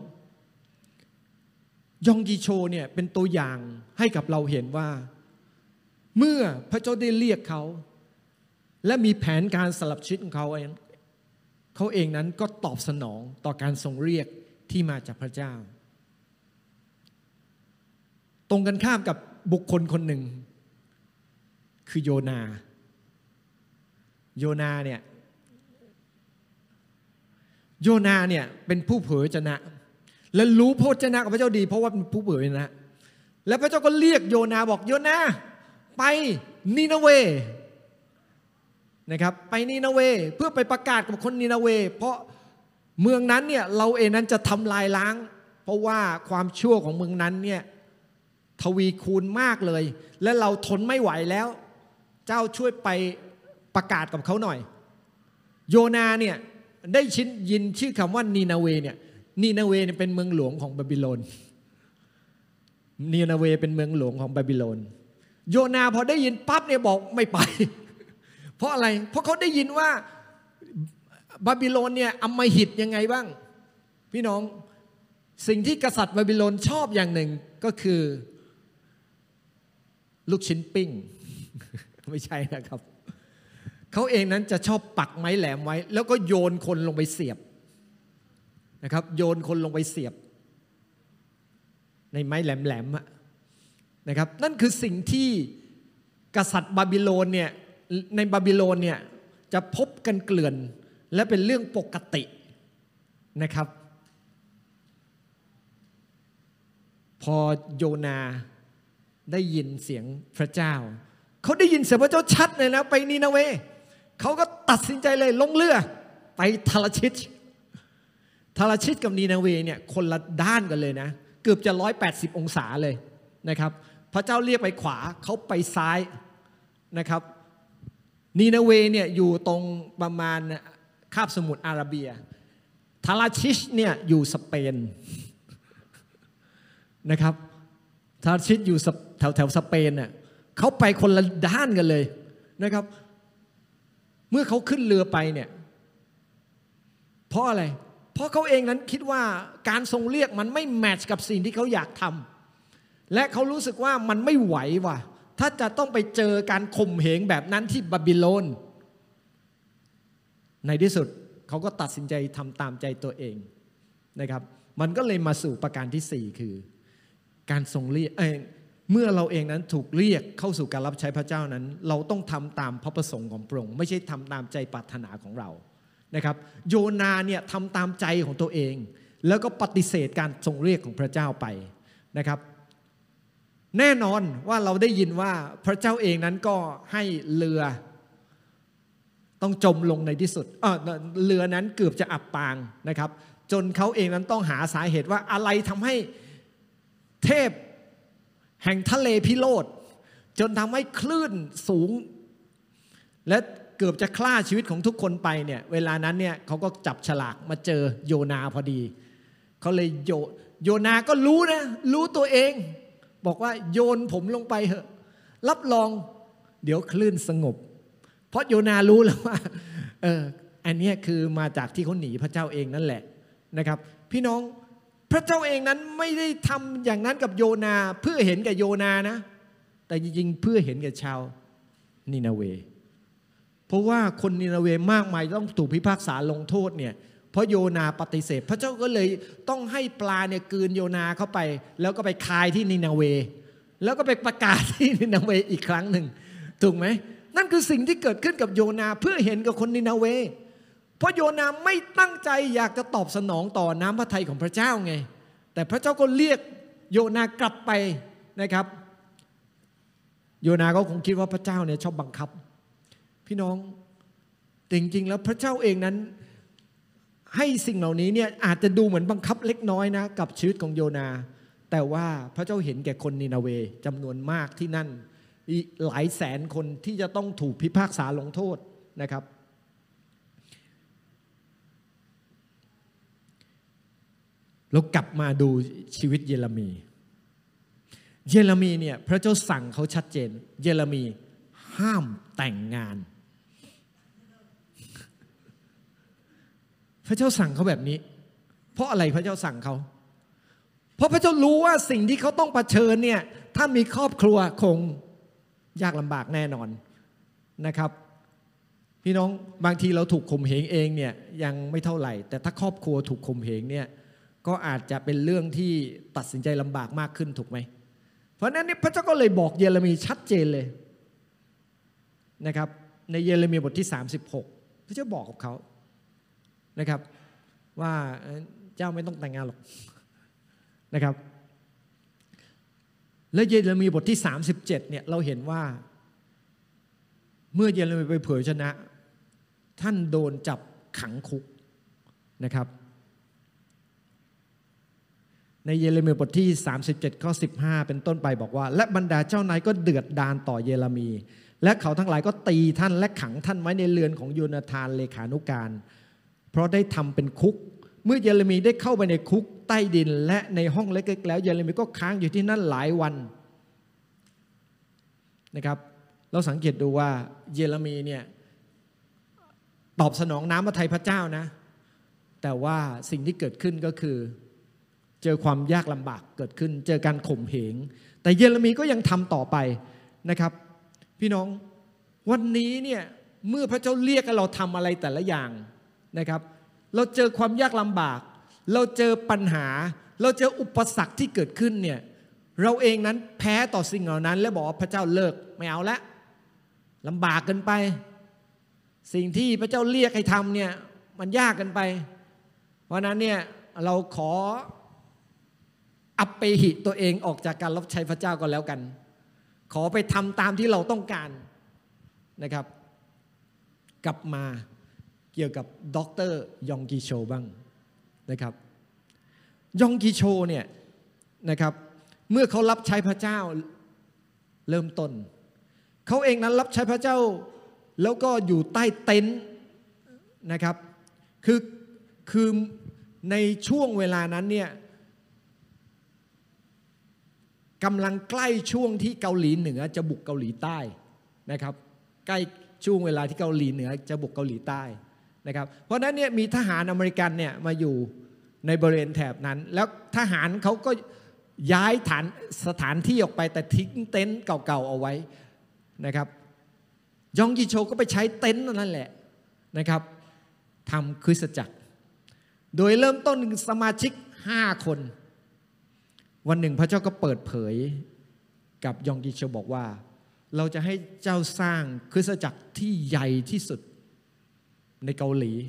ยองกีโชเนี่ยเป็นตัวอย่างให้กับเราเห็นว่าเมื่อพระเจ้าได้เรียกเขาและมีแผนการสลับชีวิตของเขาเองนั้นก็ตอบสนองต่อการทรงเรียกที่มาจากพระเจ้าตรงกันข้ามกับบุคคลคนหนึ่งคือโยนาเนี่ยเป็นผู้เผยพระวจนะและรู้พระวจนะของพระเจ้าดีเพราะว่าเป็นผู้เผยพระวจนะและพระเจ้าก็เรียกโยนาบอกโยนาไปนีนาเวนะครับไปนีนาเวเพื่อไปประกาศกับคนนีนาเวเพราะเมืองนั้นเนี่ยเราเองนั้นจะทำลายล้างเพราะว่าความชั่วของเมืองนั้นเนี่ยทวีคูณมากเลยและเราทนไม่ไหวแล้วเจ้าช่วยไปประกาศกับเขาหน่อยโยนาเนี่ยได้ยินชื่อคำว่านีนาเวเนี่ยนีนาเวเป็นเมืองหลวงของบาบิโลนนีนาเวเป็นเมืองหลวงของบาบิโลนโยนาพอได้ยินปั๊บเนี่ยบอกไม่ไปเพราะอะไรเพราะเขาได้ยินว่าบาบิโลนเนี่ยอำมหิตยังไงบ้างพี่น้องสิ่งที่กษัตริย์บาบิโลนชอบอย่างหนึ่งก็คือลูกชิ้นปิ้ง ไม่ใช่นะครับเขาเองนั้นจะชอบปักไม้แหลมไว้แล้วก็โยนคนลงไปเสียบนะครับโยนคนลงไปเสียบในไม้แหลมๆนะครับนั่นคือสิ่งที่กษัตริย์บาบิโลนเนี่ยในบาบิโลนเนี่ยจะพบกันเกลื่อนและเป็นเรื่องปกตินะครับพอโยนาได้ยินเสียงพระเจ้าเขาได้ยินเสียงพระเจ้าชัดเลยนะไปนีนาเวเขาก็ตัดสินใจเลยลงเรือไปทาราชิตกับนีนาเวเนี่ยคนละด้านกันเลยนะเกือบจะ180องศาเลยนะครับพระเจ้าเรียกไปขวาเขาไปซ้ายนะครับนีนาเวเนี่ยอยู่ตรงประมาณคาบสมุทรอาระเบียทาราชิชเนี่ยอยู่สเปนนะครับทาราชิชอยู่แถวสเปนน่ะเขาไปคนละด้านกันเลยนะครับเมื่อเขาขึ้นเรือไปเนี่ยเพราะอะไรเพราะเขาเองนั้นคิดว่าการทรงเรียกมันไม่แมทช์กับสิ่งที่เขาอยากทำและเขารู้สึกว่ามันไม่ไหวว่ะถ้าจะต้องไปเจอการข่มเหงแบบนั้นที่บาบิโลนในที่สุดเขาก็ตัดสินใจทำตามใจตัวเองนะครับมันก็เลยมาสู่ประการที่4คือการทรงเรียกเมื่อเราเองนั้นถูกเรียกเข้าสู่การรับใช้พระเจ้านั้นเราต้องทำตามพระประสงค์ของพระองค์ไม่ใช่ทำตามใจปรารถนาของเรานะครับโยนาเนี่ยทำตามใจของตัวเองแล้วก็ปฏิเสธการทรงเรียกของพระเจ้าไปนะครับแน่นอนว่าเราได้ยินว่าพระเจ้าเองนั้นก็ให้เรือต้องจมลงในที่สุดเรือนั้นเกือบจะอับปางนะครับจนเขาเองนั้นต้องหาสาเหตุว่าอะไรทำให้เทพแห่งทะเลพิโรธจนทำให้คลื่นสูงและเกือบจะฆ่าชีวิตของทุกคนไปเนี่ยเวลานั้นเนี่ยเขาก็จับฉลากมาเจอโยนาพอดีเขาเลยโยนาก็รู้นะรู้ตัวเองบอกว่าโยนผมลงไปเถอะรับรองเดี๋ยวคลื่นสงบเพราะโยนารู้แล้วว่าอันนี้คือมาจากที่เขาหนีพระเจ้าเองนั่นแหละนะครับพี่น้องพระเจ้าเองนั้นไม่ได้ทำอย่างนั้นกับโยนาเพื่อเห็นแก่โยนานะแต่จริงๆเพื่อเห็นแก่ชาวนินาเวเพราะว่าคนนินาเวมากมายต้องถูกพิพากษาลงโทษเนี่ยเพราะโยนาปฏิเสธพระเจ้าก็เลยต้องให้ปลาเนี่ยกลืนโยนาเข้าไปแล้วก็ไปคายที่นินาเวแล้วก็ไปประกาศที่นินาเวอีกครั้งหนึ่งถูกไหมนั่นคือสิ่งที่เกิดขึ้นกับโยนาเพื่อเห็นกับคนนินาเวเพราะโยนาไม่ตั้งใจอยากจะตอบสนองต่อน้ำพระทัยของพระเจ้าไงแต่พระเจ้าก็เรียกโยนากลับไปนะครับโยนาก็คงคิดว่าพระเจ้าเนี่ยชอบบังคับพี่น้องแต่จริงๆแล้วพระเจ้าเองนั้นให้สิ่งเหล่านี้เนี่ยอาจจะดูเหมือนบังคับเล็กน้อยนะกับชีวิตของโยนาแต่ว่าพระเจ้าเห็นแก่คนนินาเวจำนวนมากที่นั่นหลายแสนคนที่จะต้องถูกพิพากษาลงโทษนะครับแล้วกลับมาดูชีวิตเยเรมีเนี่ยพระเจ้าสั่งเขาชัดเจนเยเรมีห้ามแต่งงานพระเจ้าสั่งเขาแบบนี้เพราะอะไรพระเจ้าสั่งเขาเพราะพระเจ้ารู้ว่าสิ่งที่เขาต้องเผชิญเนี่ยถ้ามีครอบครัวคงยากลำบากแน่นอนนะครับพี่น้องบางทีเราถูกข่มเหงเองเนี่ยยังไม่เท่าไหร่แต่ถ้าครอบครัวถูกข่มเหงเนี่ยก็อาจจะเป็นเรื่องที่ตัดสินใจลำบากมากขึ้นถูกไหมเพราะนั้นพระเจ้าก็เลยบอกเยเรมีชัดเจนเลยนะครับในเยเรมีบทที่36พระเจ้าบอกกับเขานะครับว่าเจ้าไม่ต้องแต่งงานหรอกนะครับและเยเรมีบทที่37เนี่ยเราเห็นว่าเมื่อเยเรมีไปเผยชนะท่านโดนจับขังคุกนะครับในเยเรมีบทที่37ข้อ15เป็นต้นไปบอกว่าและบรรดาเจ้านายก็เดือดดาลต่อเยเรมีและเขาทั้งหลายก็ตีท่านและขังท่านไว้ในเรือนของโยนาธานเลขานุการเพราะได้ทำเป็นคุกเมื่อเยเรมีได้เข้าไปในคุกใต้ดินและในห้องเล็กๆแล้วเยเรมีก็ค้างอยู่ที่นั่นหลายวันนะครับเราสังเกตดูว่าเยเรมีเนี่ยตอบสนองน้ำพระทัยพระเจ้านะแต่ว่าสิ่งที่เกิดขึ้นก็คือเจอความยากลำบากเกิดขึ้นเจอการข่มเหงแต่เยเรมีก็ยังทำต่อไปนะครับพี่น้องวันนี้เนี่ยเมื่อพระเจ้าเรียกให้เราทำอะไรแต่ละอย่างนะครับเราเจอความยากลำบากเราเจอปัญหาเราเจออุปสรรคที่เกิดขึ้นเนี่ยเราเองนั้นแพ้ต่อสิ่งเหล่านั้นและบอกว่าพระเจ้าเลิกไม่เอาละลำบากเกินไปสิ่งที่พระเจ้าเรียกให้ทำเนี่ยมันยากเกินไปเพราะนั้นเนี่ยเราขออัปเปหิตัวเองออกจากการรับใช้พระเจ้าก็แล้วกันขอไปทำตามที่เราต้องการนะครับกลับมาเกี่ยวกับดร.ยองกีโชบ้างนะครับยองกีโชเนี่ยนะครับเมื่อเขารับใช้พระเจ้าเริ่มต้นเขาเองนั้นรับใช้พระเจ้าแล้วก็อยู่ใต้เต็นท์นะครับคือในช่วงเวลานั้นเนี่ยกำลังใกล้ช่วงที่เกาหลีเหนือจะบุกเกาหลีใต้นะครับใกล้ช่วงเวลาที่เกาหลีเหนือจะบุกเกาหลีใต้นะครับเพราะนั้นเนี่ยมีทหารอเมริกันเนี่ยมาอยู่ในบริเวณแถบนั้นแล้วทหารเขาก็ย้ายสถานที่ออกไปแต่ทิ้งเต็นท์เก่าๆเอาไว้นะครับยองยีโชก็ไปใช้เต็นท์นั่นแหละนะครับทำคริสตจักรโดยเริ่มต้นสมาชิก5 คนวันหนึ่งพระเจ้าก็เปิดเผยกับยองยีโชบอกว่าเราจะให้เจ้าสร้างคริสตจักรที่ใหญ่ที่สุดในเกาหลี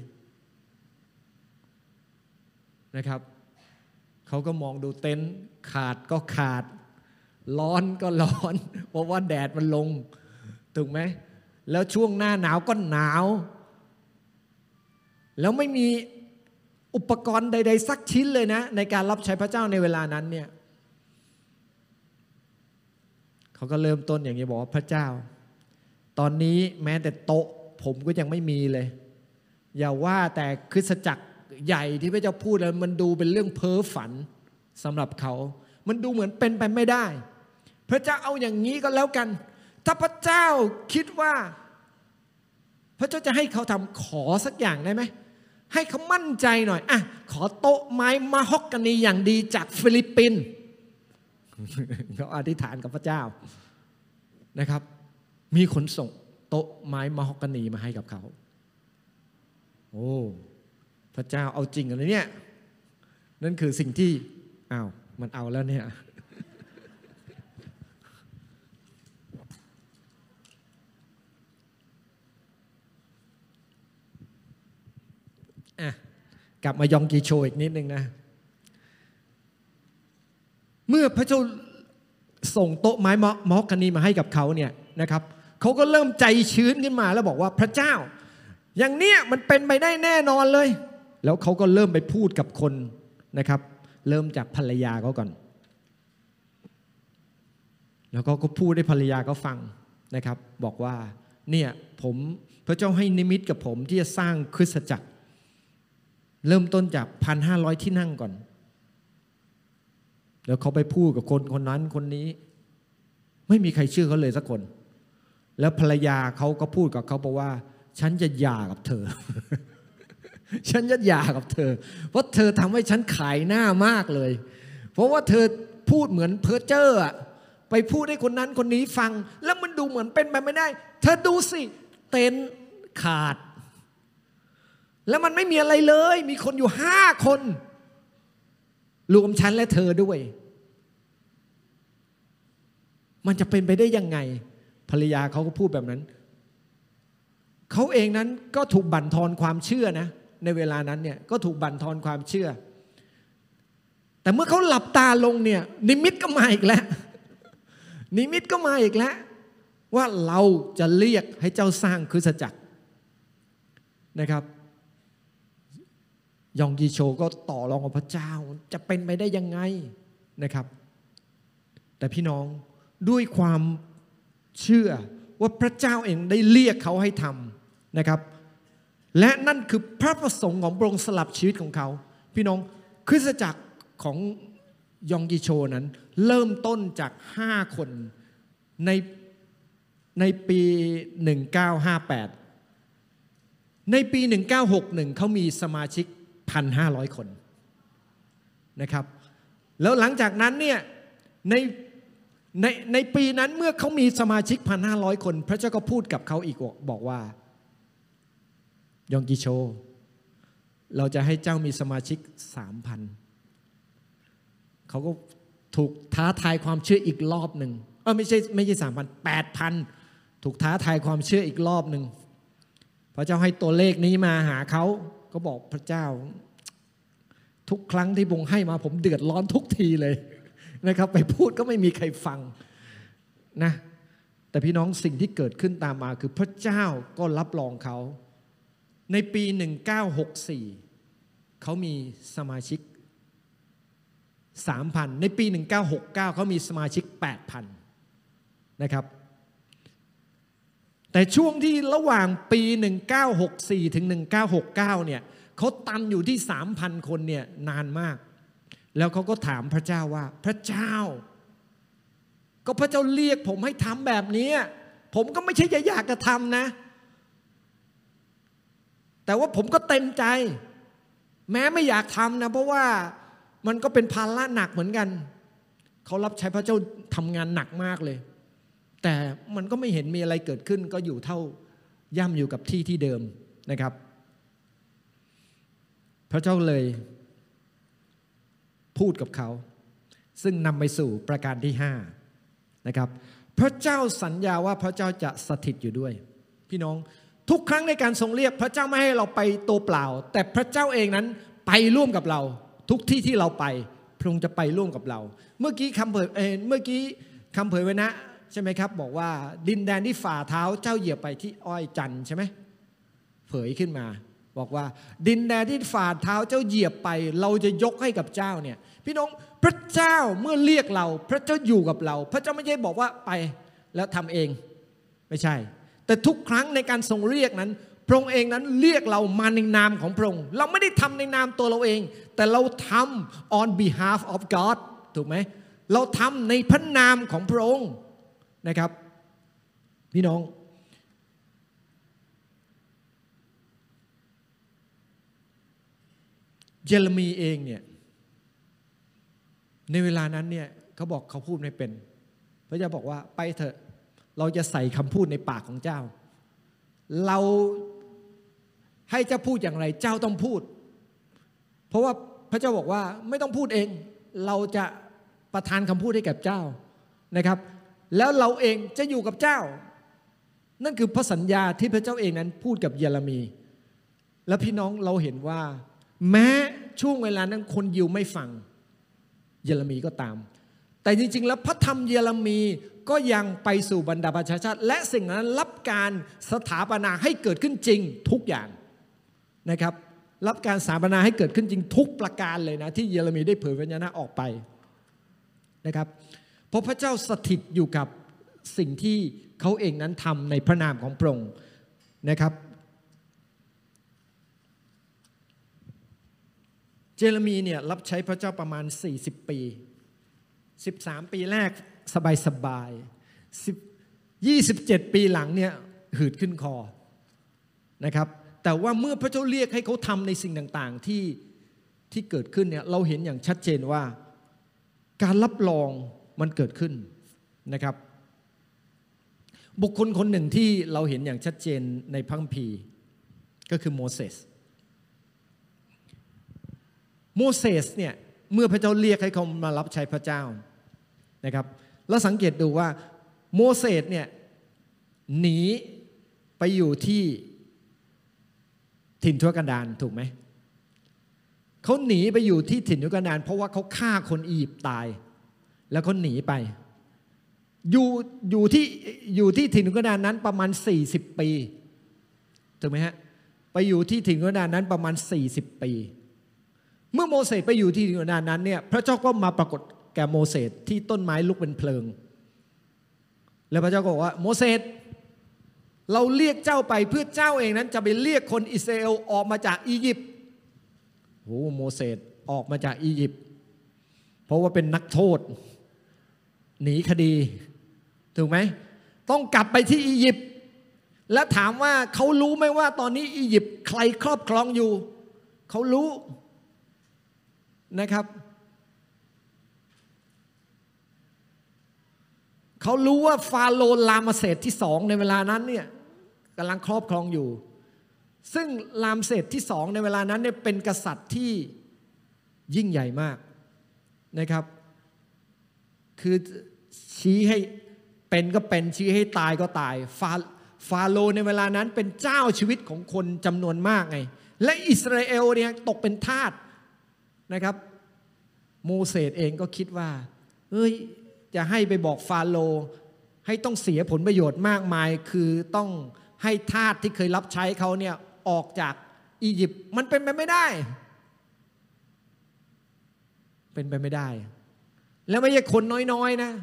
นะครับเขาก็มองดูเต็นท์ขาดก็ขาดร้อนก็ร้อนเพราะว่าแดดมันลงถูกไหมแล้วช่วงหน้าหนาวก็หนาวแล้วไม่มีอุปกรณ์ใดๆสักชิ้นเลยนะในการรับใช้พระเจ้าในเวลานั้นเนี่ยเขาก็เริ่มต้นอย่างนี้บอกว่าพระเจ้าตอนนี้แม้แต่โต๊ะผมก็ยังไม่มีเลยอย่าว่าแต่คริสตจักรใหญ่ที่พระเจ้าพูดแล้วมันดูเป็นเรื่องเพ้อฝันสำหรับเขามันดูเหมือนเป็นไปไม่ได้พระเจ้าเอาอย่างนี้ก็แล้วกันถ้าพระเจ้าคิดว่าพระเจ้าจะให้เขาทำขอสักอย่างได้ไหมให้เขามั่นใจหน่อยอ่ะขอโต๊ะไม้มะฮอกกานีอย่างดีจากฟิลิปปินส์เขาอธิษฐานกับพระเจ้านะครับมีคนส่งโต๊ะไม้มะฮอกกานีมาให้กับเขาโอ้พระเจ้าเอาจริงอะไรเนี่ยนั่นคือสิ่งที่อ้าวมันเอาแล้วเนี่ยกลับมายองกีโชอีกนิดนึงนะเมื่อพระเจ้าส่งโต๊ะไม้มอคคานีมาให้กับเขาเนี่ยนะครับเขาก็เริ่มใจชื้นขึ้นมาแล้วบอกว่าพระเจ้าอย่างเนี้ยมันเป็นไปได้แน่นอนเลยแล้วเขาก็เริ่มไปพูดกับคนนะครับเริ่มจากภรรยาเขาก่อนแล้วก็พูดให้ภรรยาเขาฟังนะครับบอกว่าเนี่ยผมพระเจ้าให้นิมิตกับผมที่จะสร้างคริสตจักรเริ่มต้นจาก 1,500 ที่นั่งก่อนแล้วเขาไปพูดกับคนนั้นคนนี้ไม่มีใครเชื่อเขาเลยสักคนแล้วภรรยาเขาก็พูดกับเขาบอกว่าฉันจะหย่ากับเธอ ฉันจะหย่ากับเธอเพราะเธอทำให้ฉันขายหน้ามากเลยเพราะว่าเธอพูดเหมือนเพ้อเจ้อไปพูดให้คนนั้นคนนี้ฟังแล้วมันดูเหมือนเป็นไปไม่ได้เธอดูสิเต็นท์ขาดแล้วมันไม่มีอะไรเลยมีคนอยู่5 คนรวมฉันและเธอด้วยมันจะเป็นไปได้ยังไงภรรยาเขาก็พูดแบบนั้นเขาเองนั้นก็ถูกบั่นทอนความเชื่อนะในเวลานั้นเนี่ยก็ถูกบั่นทอนความเชื่อแต่เมื่อเขาหลับตาลงเนี่ยนิมิตก็มาอีกแล้วนิมิตก็มาอีกแล้วว่าเราจะเรียกให้เจ้าสร้างคริสตจักรนะครับยองยีโชก็ต่อรองกับพระเจ้าจะเป็นไปได้ยังไงนะครับแต่พี่น้องด้วยความเชื่อว่าพระเจ้าเองได้เรียกเขาให้ทำนะครับและนั่นคือพระประสงค์ของพระองค์สลับชีวิตของเขาพี่น้องคริสตจักรของยองยีโชนั้นเริ่มต้นจาก5 คนในปี 1958ในปี 1961เขามีสมาชิก1,500 คนนะครับแล้วหลังจากนั้นเนี่ยในปีนั้นเมื่อเขามีสมาชิก 1,500 คนพระเจ้าก็พูดกับเขาอีกบอกว่ายองกีโชเราจะให้เจ้ามีสมาชิก 3,000 เขาก็ถูกท้าทายความเชื่ออีกรอบหนึ่งไม่ใช่ 3,000 8,000 ถูกท้าทายความเชื่ออีกรอบหนึ่งพระเจ้าให้ตัวเลขนี้มาหาเขาก็บอกพระเจ้าทุกครั้งที่พระองค์ให้มาผมเดือดร้อนทุกทีเลยนะครับไปพูดก็ไม่มีใครฟังนะแต่พี่น้องสิ่งที่เกิดขึ้นตามมาคือพระเจ้าก็รับรองเขาในปี 1964เขามีสมาชิก 3,000 ในปี 1969เขามีสมาชิก 8,000 นะครับแต่ช่วงที่ระหว่างปี 1964 ถึง 1969 เนี่ยเขาตันอยู่ที่ 3,000 คนเนี่ยนานมากแล้วเขาก็ถามพระเจ้าว่าพระเจ้าก็พระเจ้าเรียกผมให้ทำแบบนี้ผมก็ไม่ใช่อยากจะทำนะแต่ว่าผมก็เต็มใจ แม้ไม่อยากทำนะเพราะว่ามันก็เป็นภาระหนักเหมือนกันเขารับใช้พระเจ้าทำงานหนักมากเลยแต่มันก็ไม่เห็นมีอะไรเกิดขึ้นก็อยู่เท่าย่ำอยู่กับที่เดิมนะครับพระเจ้าเลยพูดกับเขาซึ่งนำไปสู่ประการที่5นะครับพระเจ้าสัญญาว่าพระเจ้าจะสถิตอยู่ด้วยพี่น้องทุกครั้งในการทรงเรียกพระเจ้าไม่ให้เราไปตัวเปล่าแต่พระเจ้าเองนั้นไปร่วมกับเราทุกที่ที่เราไปพระองค์จะไปร่วมกับเราเมื่อกี้คำเผยไว้นะใช่ไหมครับบอกว่าดินแดนที่ฝ่าเท้าเจ้าเหยียบไปที่อ้อยจันทร์ใช่ไหมเผยขึ้นมาบอกว่าดินแดนที่ฝ่าเท้าเจ้าเหยียบไปเราจะยกให้กับเจ้าเนี่ยพี่น้องพระเจ้าเมื่อเรียกเราพระเจ้าอยู่กับเราพระเจ้าไม่ใช่บอกว่าไปแล้วทำเองไม่ใช่แต่ทุกครั้งในการทรงเรียกนั้นพระองค์เองนั้นเรียกเรามาในนามของพระองค์เราไม่ได้ทำในนามตัวเราเองแต่เราทำ on behalf of God ถูกไหมเราทำในพระนามของพระองค์นะครับพี่น้องเยเรมีเองเนี่ยในเวลานั้นเนี่ยเขาบอกเขาพูดไม่เป็นพระเจ้าบอกว่าไปเถอะเราจะใส่คำพูดในปากของเจ้าเราให้เจ้าพูดอย่างไรเจ้าต้องพูดเพราะว่าพระเจ้าบอกว่าไม่ต้องพูดเองเราจะประทานคำพูดให้แก่เจ้านะครับแล้วเราเองจะอยู่กับเจ้านั่นคือพระสัญญาที่พระเจ้าเองนั้นพูดกับเยเรมีและพี่น้องเราเห็นว่าแม้ช่วงเวลานั้นคนยิวไม่ฟังเยเรมีก็ตามแต่จริงๆแล้วพระธรรมเยเรมีก็ยังไปสู่บรรดาประชาชาติและสิ่งนั้นรับการสถาปนาให้เกิดขึ้นจริงทุกอย่างนะครับรับการสถาปนาให้เกิดขึ้นจริงทุกประการเลยนะที่เยเรมีได้เผยพระวจนะออกไปนะครับเพราะพระเจ้าสถิตอยู่กับสิ่งที่เขาเองนั้นทำในพระนามของพระองค์นะครับเยเรมีเนี่ยรับใช้พระเจ้าประมาณ40ปี13ปีแรกสบาย27ปีหลังเนี่ยหืดขึ้นคอนะครับแต่ว่าเมื่อพระเจ้าเรียกให้เขาทำในสิ่งต่างๆที่เกิดขึ้นเนี่ยเราเห็นอย่างชัดเจนว่าการรับรองมันเกิดขึ้นนะครับบุคคลคนหนึ่งที่เราเห็นอย่างชัดเจนในพระคัมภีร์ก็คือโมเสสเนี่ยเมื่อพระเจ้าเรียกให้เขามารับใช้พระเจ้านะครับแล้วสังเกตดูว่าโมเสสเนี่ยหนีไปอยู่ที่ถิ่นทุรกันดารถูกไหมเขาหนีไปอยู่ที่ถิ่นทุรกันดารเพราะว่าเขาฆ่าคนอียิปต์ตายแล้วเขาหนีไปอยู่ที่ถิ่นทุรกันดารนั้นประมาณ40ปีถูกไหมฮะไปอยู่ที่ถิ่นทุรกันดารนั้นประมาณ40ปีเมื่อโมเสสไปอยู่ที่ถิ่นทุรกันดารนั้นเนี่ยพระเจ้าก็มาปรากฏแก่โมเสสที่ต้นไม้ลุกเป็นเพลิงแล้วพระเจ้าก็บอกว่าโมเสสเราเรียกเจ้าไปเพื่อเจ้าเองนั้นจะไปเรียกคนอิสราเอลออกมาจากอียิปต์โอ้โมเสสออกมาจากอียิปต์เพราะว่าเป็นนักโทษหนีคดีถูกไหมต้องกลับไปที่อียิปต์และถามว่าเขารู้ไหมว่าตอนนี้อียิปต์ใครครอบครองอยู่เขารู้นะครับเขารู้ว่าฟาโรห์รามเสสที่2ในเวลานั้นเนี่ยกำลังครอบครองอยู่ซึ่งรามเสสที่2ในเวลานั้นเนี่ยเป็นกษัตริย์ที่ยิ่งใหญ่มากนะครับคือชี้ให้เป็นก็เป็นชี้ให้ตายก็ตายฟาโรห์ในเวลานั้นเป็นเจ้าชีวิตของคนจำนวนมากไงและอิสราเอลเนี่ยตกเป็นทาสนะครับโมเสสเองก็คิดว่าเฮ้ยจะให้ไปบอกฟาโรห์ให้ต้องเสียผลประโยชน์มากมายคือต้องให้ทาสที่เคยรับใช้เขาเนี่ยออกจากอียิปต์มันเป็นไปไม่ได้เป็นไปไม่ได้แล้วไม่ใช่คนน้อยๆนะ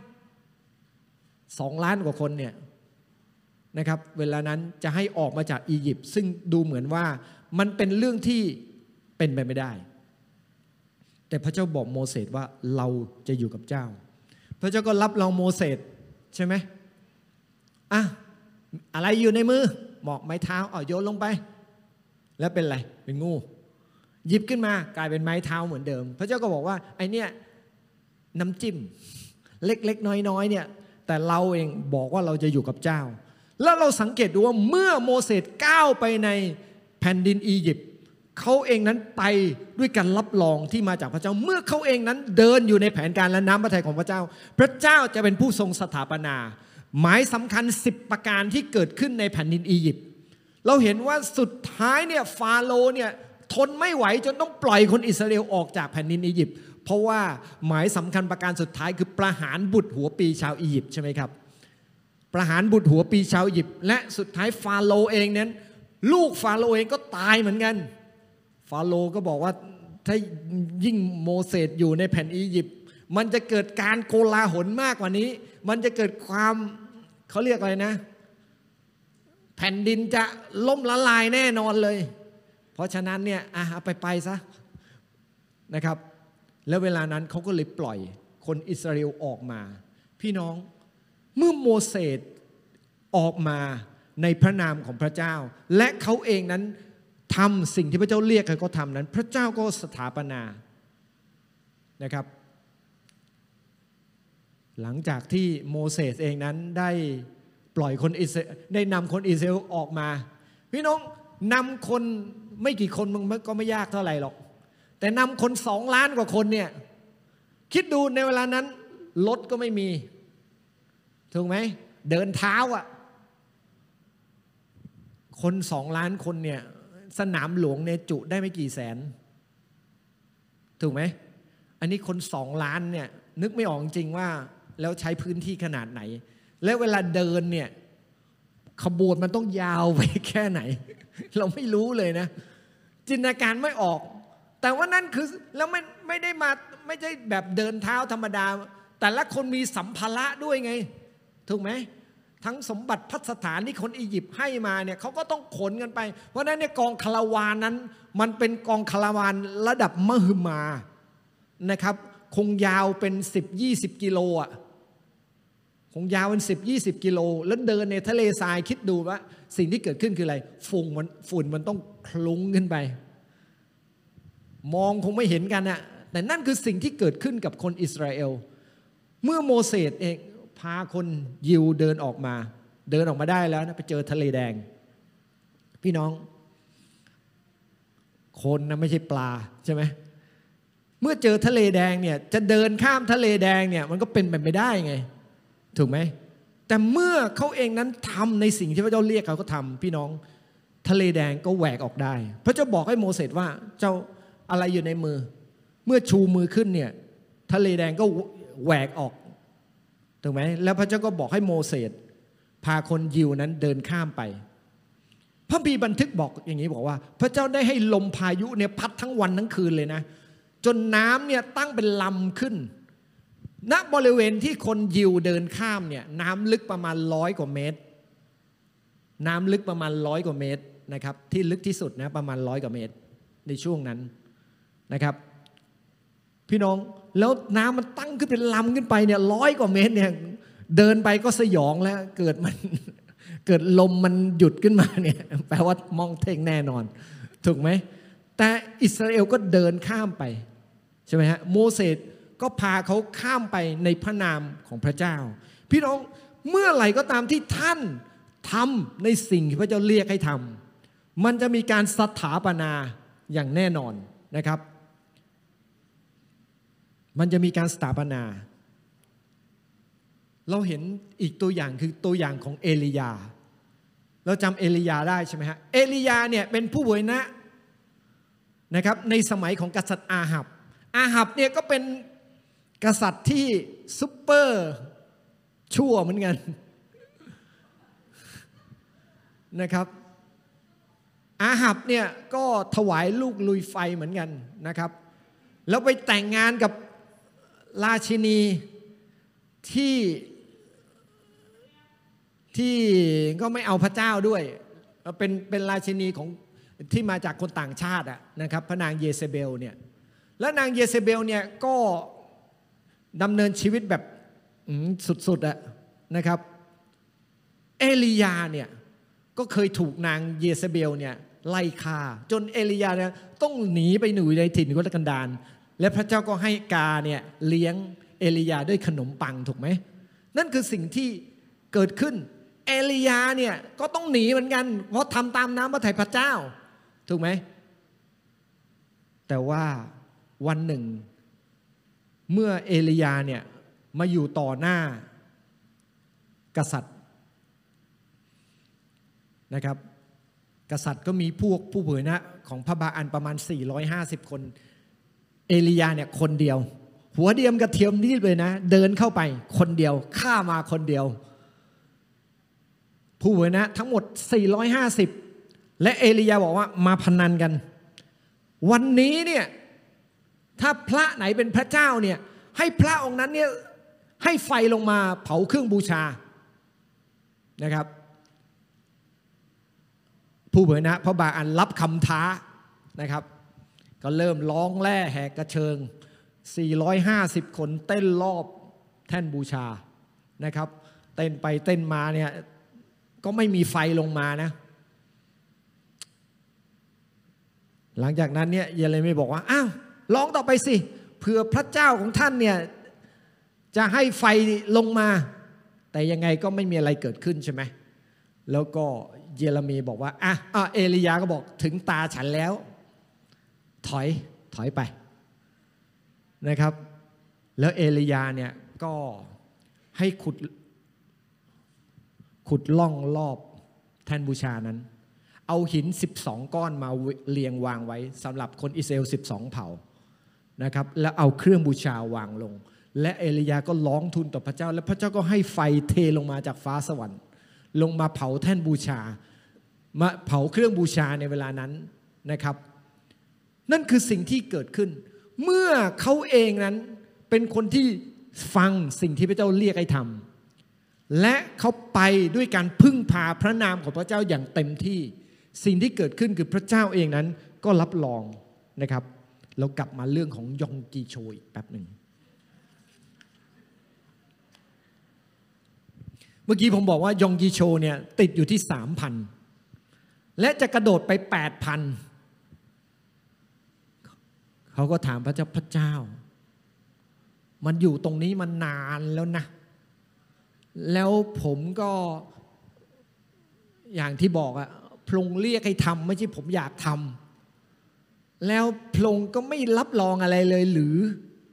2 ล้านกว่าคนเนี่ยนะครับเวลานั้นจะให้ออกมาจากอียิปต์ซึ่งดูเหมือนว่ามันเป็นเรื่องที่เป็นไปไม่ได้แต่พระเจ้าบอกโมเสสว่าเราจะอยู่กับเจ้าพระเจ้าก็รับรองโมเสสใช่ไหมอะไรอยู่ในมือหมอกไม้เท้าโยนลงไปแล้วเป็นอะไรเป็นงูหยิบขึ้นมากลายเป็นไม้เท้าเหมือนเดิมพระเจ้าก็บอกว่าไอเนี่ยน้ำจิ้มเล็กๆน้อยๆเนี่ยแต่เราเองบอกว่าเราจะอยู่กับเจ้าแล้วเราสังเกตดูว่าเมื่อโมเสสก้าวไปในแผ่นดินอียิปต์เขาเองนั้นไปด้วยการรับรองที่มาจากพระเจ้าเมื่อเขาเองนั้นเดินอยู่ในแผนการและน้ำพระทัยของพระเจ้าพระเจ้าจะเป็นผู้ทรงสถาปนาหมายสำคัญ10ประการที่เกิดขึ้นในแผ่นดินอียิปต์เราเห็นว่าสุดท้ายเนี่ยฟาโรห์เนี่ยทนไม่ไหวจนต้องปล่อยคนอิสราเอลออกจากแผ่นดินอียิปต์เพราะว่าหมายสำคัญประการสุดท้ายคือประหารบุตรหัวปีชาวอียิปต์ใช่ไหมครับประหารบุตรหัวปีชาวอียิปต์และสุดท้ายฟาโรห์เองนั้นลูกฟาโรห์เองก็ตายเหมือนกันฟาโรห์ก็บอกว่าถ้ายิ่งโมเสสอยู่ในแผ่นอียิปต์มันจะเกิดการโกลาหลมากกว่านี้มันจะเกิดความเขาเรียกอะไรนะแผ่นดินจะล่มละลายแน่นอนเลยเพราะฉะนั้นเนี่ยเอาไปซะนะครับแล้วเวลานั้นเขาก็เลยปล่อยคนอิสราเอลออกมาพี่น้องเมื่อโมเสสออกมาในพระนามของพระเจ้าและเขาเองนั้นทำสิ่งที่พระเจ้าเรียกให้เขาทำนั้นพระเจ้าก็สถาปนานะครับหลังจากที่โมเสสเองนั้นได้ปล่อยคนอิสราเอลได้นำคนอิสราเอลออกมาพี่น้องนำคนไม่กี่คนมันก็ไม่ยากเท่าไหร่หรอกแต่นำคน2 ล้านกว่าคนเนี่ยคิดดูในเวลานั้นรถก็ไม่มีถูกไหมเดินเท้าอ่ะคน2 ล้านคนเนี่ยสนามหลวงเนี่ยจุได้ไม่กี่แสนถูกไหมอันนี้คน2 ล้านเนี่ยนึกไม่ออกจริงว่าแล้วใช้พื้นที่ขนาดไหนและเวลาเดินเนี่ยขบวนมันต้องยาวไปแค่ไหนเราไม่รู้เลยนะจินตนาการไม่ออกแต่ว่านั่นคือแล้วไม่ได้มาไม่ใช่แบบเดินเท้าธรรมดาแต่ละคนมีสัมภาระด้วยไงถูกไหมทั้งสมบัติพัสถานที่คนอียิปต์ให้มาเนี่ยเขาก็ต้องขนกันไปเพราะนั้นเนี่ยกองคาราวานนั้นมันเป็นกองคาราวานระดับมหึมานะครับคงยาวเป็น10-20 กิโลอ่ะคงยาวเป็น10-20 กิโลแล้วเดินในทะเลทรายคิดดูว่าสิ่งที่เกิดขึ้นคืออะไรฝุ่นมันต้องคลุ้งขึ้นไปมองคงไม่เห็นกันนะแต่นั่นคือสิ่งที่เกิดขึ้นกับคนอิสราเอลเมื่อโมเสสเองพาคนยิวเดินออกมาได้แล้วนะไปเจอทะเลแดงพี่น้องคนนะไม่ใช่ปลาใช่ไหมเมื่อเจอทะเลแดงเนี่ยจะเดินข้ามทะเลแดงเนี่ยมันก็เป็นไปไม่ได้ไงถูกไหมแต่เมื่อเขาเองนั้นทำในสิ่งที่พระเจ้าเรียกเขาก็ทำพี่น้องทะเลแดงก็แหวกออกได้พระเจ้าบอกให้โมเสสว่าเจ้าอะไรอยู่ในมือเมื่อชูมือขึ้นเนี่ยทะเลแดงก็แหวกออกถูกไหมแล้วพระเจ้าก็บอกให้โมเสสพาคนยิวนั้นเดินข้ามไปพระบีบันทึกบอกอย่างนี้บอกว่าพระเจ้าได้ให้ลมพายุเนี่ยพัดทั้งวันทั้งคืนเลยนะจนน้ำเนี่ยตั้งเป็นลำขึ้นณบริเวณที่คนยิวเดินข้ามเนี่ยน้ำลึกประมาณ100 กว่าเมตรน้ำลึกประมาณ100 กว่าเมตรนะครับที่ลึกที่สุดนะประมาณ100 กว่าเมตรในช่วงนั้นนะครับพี่น้องแล้วน้ำมันตั้งขึ้นเป็นลำขึ้นไปเนี่ย100 กว่าเมตรเนี่ยเดินไปก็สยองแล้วเกิดลมมันหยุดขึ้นมาเนี่ยแปลว่ามองเท่งแน่นอนถูกไหมแต่อิสราเอลก็เดินข้ามไปใช่ไหมฮะโมเสสก็พาเขาข้ามไปในพระนามของพระเจ้าพี่น้องเมื่อไหร่ก็ตามที่ท่านทำในสิ่งที่พระเจ้าเรียกให้ทำมันจะมีการสถาปนาอย่างแน่นอนนะครับมันจะมีการสถาปนาเราเห็นอีกตัวอย่างคือตัวอย่างของเอลียาเราจำเอลียาได้ใช่ไหมฮะเอลียาเนี่ยเป็นผู้บวชนะครับในสมัยของกษัตริย์อาหับเนี่ยก็เป็นกษัตริย์ที่ซุปเปอร์ชั่วเหมือนกันนะครับอาหับเนี่ยก็ถวายลูกลุยไฟเหมือนกันนะครับแล้วไปแต่งงานกับราชินีที่ก็ไม่เอาพระเจ้าด้วยเป็นราชินีของที่มาจากคนต่างชาตินะครับพระนางเยเซเบลเนี่ยและนางเยเซเบลเนี่ยก็ดำเนินชีวิตแบบสุดๆนะครับเอลียาเนี่ยก็เคยถูกนางเยเซเบลเนี่ยไล่ฆ่าจนเอลียาเนี่ยต้องหนีไปอยู่ในถิ่นทุรกันดารและพระเจ้าก็ให้กาเนี่ยเลี้ยงเอลียาด้วยขนมปังถูกไหมนั่นคือสิ่งที่เกิดขึ้นเอลียาเนี่ยก็ต้องหนีเหมือนกันเพราะทำตามน้ำพระทัยพระเจ้าถูกไหมแต่ว่าวันหนึ่งเมื่อเอลียาเนี่ยมาอยู่ต่อหน้ากษัตริย์นะครับกษัตริย์ก็มีพวกผู้เผยนะของพระบาอันประมาณ450คนเอลียาเนี่ยคนเดียวหัวเดียมกระเทียมนิดเลยนะเดินเข้าไปคนเดียวฆ่ามาคนเดียวผู้เผยนะทั้งหมด450และเอลียาบอกว่ามาพนันกันวันนี้เนี่ยถ้าพระไหนเป็นพระเจ้าเนี่ยให้พระองค์นั้นเนี่ยให้ไฟลงมาเผาเครื่องบูชานะครับผู้เผยนะพระบาอันรับคำท้านะครับก็เริ่มร้องแร่แหกกระเชิง450คนเต้นรอบแท่นบูชานะครับเต้นไปเต้นมาเนี่ยก็ไม่มีไฟลงมานะหลังจากนั้นเนี่ยเยเรมีบอกว่าอ้าวร้องต่อไปสิเผื่อพระเจ้าของท่านเนี่ยจะให้ไฟลงมาแต่ยังไงก็ไม่มีอะไรเกิดขึ้นใช่ไหมแล้วก็เยเรมีบอกว่าเอลียาก็บอกถึงตาฉันแล้วถอยไปนะครับแล้วเอลียาเนี่ยก็ให้ขุดล่องรอบแท่นบูชานั้นเอาหิน12ก้อนมาเรียงวางไว้สำหรับคนอิสราเอล12เผ่านะครับแล้วเอาเครื่องบูชาวางลงและเอลียาก็ร้องทูลต่อพระเจ้าและพระเจ้าก็ให้ไฟเทลงมาจากฟ้าสวรรค์ลงมาเผาแท่นบูชามาเผาเครื่องบูชาในเวลานั้นนะครับนั่นคือสิ่งที่เกิดขึ้นเมื่อเขาเองนั้นเป็นคนที่ฟังสิ่งที่พระเจ้าเรียกให้ทำและเขาไปด้วยการพึ่งพาพระนามของพระเจ้าอย่างเต็มที่สิ่งที่เกิดขึ้นคือพระเจ้าเองนั้นก็รับรองนะครับเรากลับมาเรื่องของยองกีโชอีกแป๊บหนึ่งเมื่อกี้ผมบอกว่ายองกีโชเนี่ยติดอยู่ที่ 3,000 และจะกระโดดไป 8,000 เขาก็ถามพระเจ้ามันอยู่ตรงนี้มานานแล้วนะแล้วผมก็อย่างที่บอกอะพระองค์เรียกให้ทำไม่ใช่ผมอยากทำแล้วพระองค์ก็ไม่รับรองอะไรเลยหรือ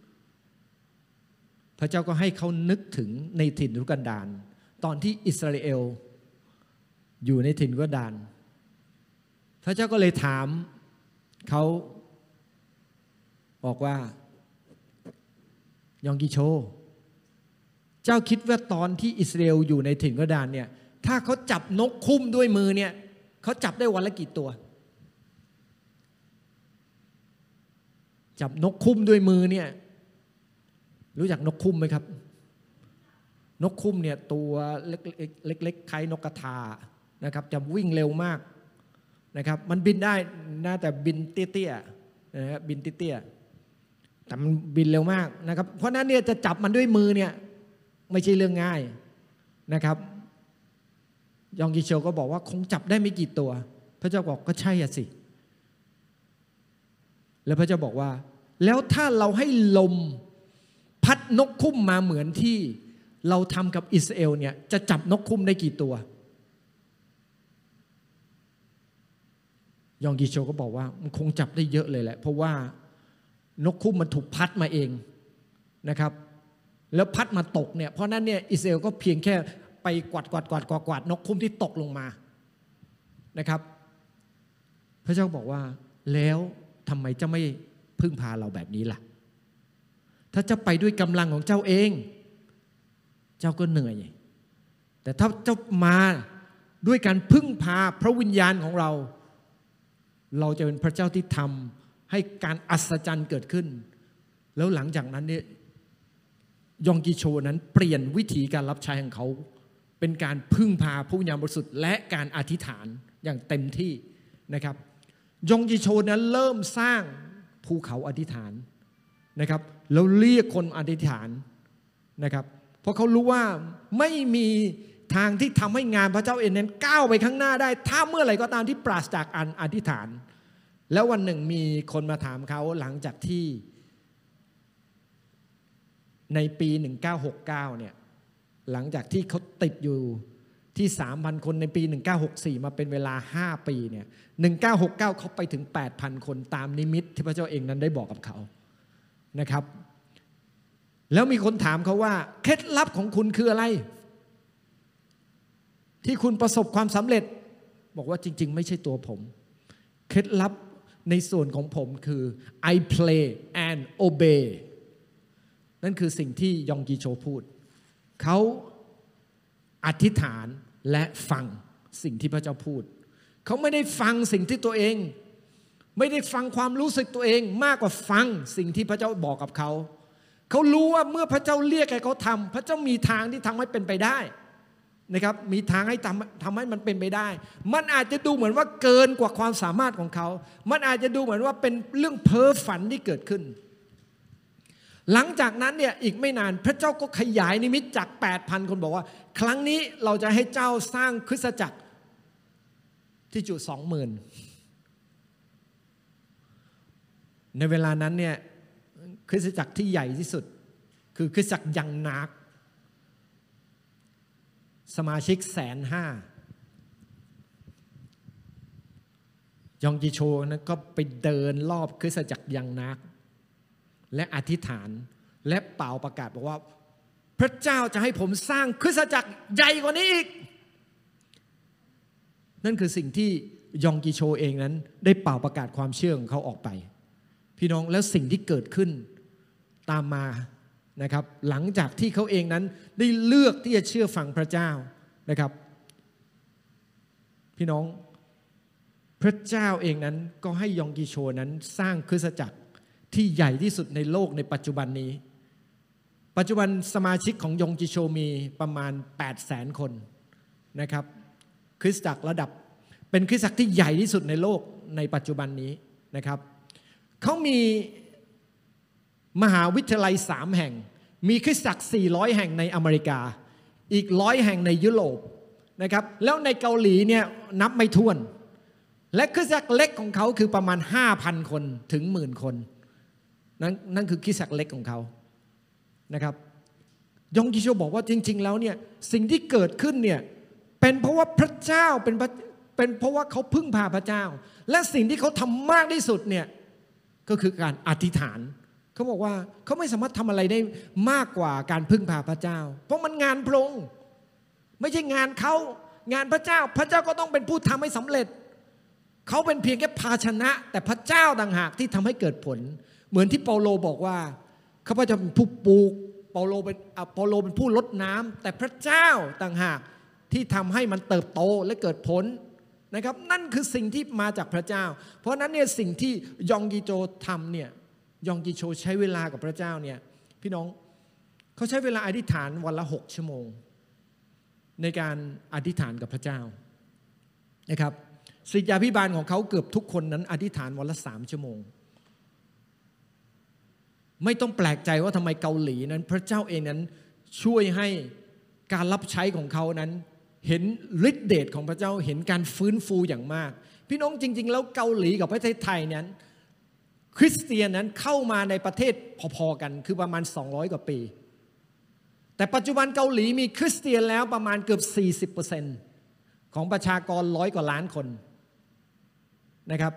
พระเจ้าก็ให้เขานึกถึงในถิ่นทุรกันดารตอนที่อิสราเอลอยู่ในถิ่นทุรกันดารพระเจ้าก็เลยถามเขาบอกว่ายองกิโชเจ้าคิดว่าตอนที่อิสราเอลอยู่ในถิ่นทุรกันดารเนี่ยถ้าเขาจับนกคุ้มด้วยมือเนี่ยเขาจับได้วันละกี่ตัวจับนกคุ้มด้วยมือเนี่ยรู้จักนกคุ้มไหมครับนกคุ้มเนี่ยตัวเล็กๆคล้ายนกกระทานะครับจะวิ่งเร็วมากนะครับมันบินได้นะแต่บินเตี้ยๆนะครับบินเตี้ยๆแต่มันบินเร็วมากนะครับเพราะนั้นเนี่ยจะจับมันด้วยมือเนี่ยไม่ใช่เรื่องง่ายนะครับยองกิโชก็บอกว่าคงจับได้ไม่กี่ตัวพระเจ้าบอกก็ใช่สิแล้วพระเจ้าบอกว่าแล้วถ้าเราให้ลมพัดนกคุ้มมาเหมือนที่เราทำกับอิสราเอลเนี่ยจะจับนกคุ้มได้กี่ตัวยองกิโชก็บอกว่ามันคงจับได้เยอะเลยแหละเพราะว่านกคุ้มมันถูกพัดมาเองนะครับแล้วพัดมาตกเนี่ยเพราะนั้นเนี่ยอิสราเอลก็เพียงแค่ไปกวาดนกคุ้มที่ตกลงมานะครับพระเจ้าบอกว่าแล้วทำไมเจ้าไม่พึ่งพาเราแบบนี้ล่ะถ้าเจ้าไปด้วยกำลังของเจ้าเองเจ้าก็เหนื่อยแต่ถ้าเจ้ามาด้วยการพึ่งพาพระวิญญาณของเราเราจะเป็นพระเจ้าที่ทำให้การอัศจรรย์เกิดขึ้นแล้วหลังจากนั้นเนี่ยยองกิโชนั้นเปลี่ยนวิธีการรับใช้ของเขาเป็นการพึ่งพาพระวิญญาณบริสุทธิ์และการอธิษฐานอย่างเต็มที่นะครับยองกิโชนั้นเริ่มสร้างภูเขาอธิษฐานนะครับแล้วเรียกคนอธิษฐานนะครับเพราะเขารู้ว่าไม่มีทางที่ทำให้งานพระเจ้าเองนั้นก้าวไปข้างหน้าได้ถ้าเมื่อไหร่ก็ตามที่ปราศจากการอธิษฐานแล้ววันหนึ่งมีคนมาถามเขาหลังจากที่ในปี 1969 เนี่ยหลังจากที่เขาติดอยู่ที่ 3,000 คนในปี 1964 มาเป็นเวลา 5 ปีเนี่ย 1969 เขาไปถึง 8,000 คนตามนิมิตที่พระเจ้าเองนั้นได้บอกกับเขานะครับแล้วมีคนถามเขาว่าเคล็ดลับของคุณคืออะไรที่คุณประสบความสำเร็จบอกว่าจริงๆไม่ใช่ตัวผมเคล็ดลับในส่วนของผมคือ I play and obey นั่นคือสิ่งที่ยองกีโชพูดเขาอธิษฐานและฟังสิ่งที่พระเจ้าพูดเขาไม่ได้ฟังสิ่งที่ตัวเองไม่ได้ฟังความรู้สึกตัวเองมากกว่าฟังสิ่งที่พระเจ้าบอกกับเขาเขารู้ว่าเมื่อพระเจ้าเรียกให้เขาทำพระเจ้ามีทางที่ทำให้เป็นไปได้นะครับมีทางให้ทำให้มันเป็นไปได้มันอาจจะดูเหมือนว่าเกินกว่าความสามารถของเขามันอาจจะดูเหมือนว่าเป็นเรื่องเพ้อฝันที่เกิดขึ้นหลังจากนั้นเนี่ยอีกไม่นานพระเจ้าก็ขยายนิมิตจาก 8,000 คนบอกว่าครั้งนี้เราจะให้เจ้าสร้างคริสตจักรที่จุ 20,000 ในเวลานั้นเนี่ยคริสตจักรที่ใหญ่ที่สุดคือคริสตจักรยังนาคสมาชิก 150,000 ยองจีโชนั้นก็ไปเดินรอบคริสตจักรยังนาคและอธิษฐานและเป่าประกาศบอกว่าพระเจ้าจะให้ผมสร้างคริสตจักรใหญ่กว่านี้อีกนั่นคือสิ่งที่ยองกีโชเองนั้นได้เป่าประกาศความเชื่อของเขาออกไปพี่น้องแล้วสิ่งที่เกิดขึ้นตามมานะครับหลังจากที่เขาเองนั้นได้เลือกที่จะเชื่อฟังพระเจ้านะครับพี่น้องพระเจ้าเองนั้นก็ให้ยองกีโชนั้นสร้างคริสตจักรที่ใหญ่ที่สุดในโลกในปัจจุบันนี้ปัจจุบันสมาชิกของยองจีโชมีประมาณ 800,000 คนนะครับคริสตจักรระดับเป็นคริสตจักรที่ใหญ่ที่สุดในโลกในปัจจุบันนี้นะครับเขามีมหาวิทยาลัย3 แห่งมีคริสตจักร400 แห่งในอเมริกาอีก100 แห่งในยุโรปนะครับแล้วในเกาหลีเนี่ยนับไม่ถ้วนและคริสตจักรเล็กของเขาคือประมาณ 5,000 คนถึง 10,000 คนนั่นคือคริสตจักรเล็กของเขานะครับยองกิโชบอกว่าจริงๆแล้วเนี่ยสิ่งที่เกิดขึ้นเนี่ยเป็นเพราะว่าพระเจ้าเป็นเพราะว่าเขาพึ่งพาพระเจ้าและสิ่งที่เขาทำมากที่สุดเนี่ยก็คือการอธิษฐานเขาบอกว่าเขาไม่สามารถทำอะไรได้มากกว่าการพึ่งพาพระเจ้าเพราะมันงานพระองค์ไม่ใช่งานเขางานพระเจ้าพระเจ้าก็ต้องเป็นผู้ทำให้สำเร็จเขาเป็นเพียงแค่ภาชนะแต่พระเจ้าต่างหากที่ทำให้เกิดผลเหมือนที่เปาโลบอกว่าข้าพเจ้าเป็นผู้ปลูกเปาโลเป็นผู้รดน้ำแต่พระเจ้าต่างหากที่ทำให้มันเติบโตและเกิดผลนะครับนั่นคือสิ่งที่มาจากพระเจ้าเพราะนั้นเนี่ยสิ่งที่ยองกีโจทำเนี่ยยองกีโชใช้เวลากับพระเจ้าเนี่ยพี่น้องเขาใช้เวลาอธิษฐานวันละ6 ชั่วโมงในการอธิษฐานกับพระเจ้านะครับศิษยาภิบาลของเขาเกือบทุกคนนั้นอธิษฐานวันละ3 ชั่วโมงไม่ต้องแปลกใจว่าทำไมเกาหลีนั้นพระเจ้าเองนั้นช่วยให้การรับใช้ของเขานั้นเห็นฤทธิเดชของพระเจ้าเห็นการฟื้นฟูอย่างมากพี่น้องจริงๆแล้วเกาหลีกับประเทศไทยนั้นคริสเตียนนั้นเข้ามาในประเทศพอๆกันคือประมาณ200 กว่าปีแต่ปัจจุบันเกาหลีมีคริสเตียนแล้วประมาณเกือบ 40% ของประชากร100 กว่าล้านคนนะครับ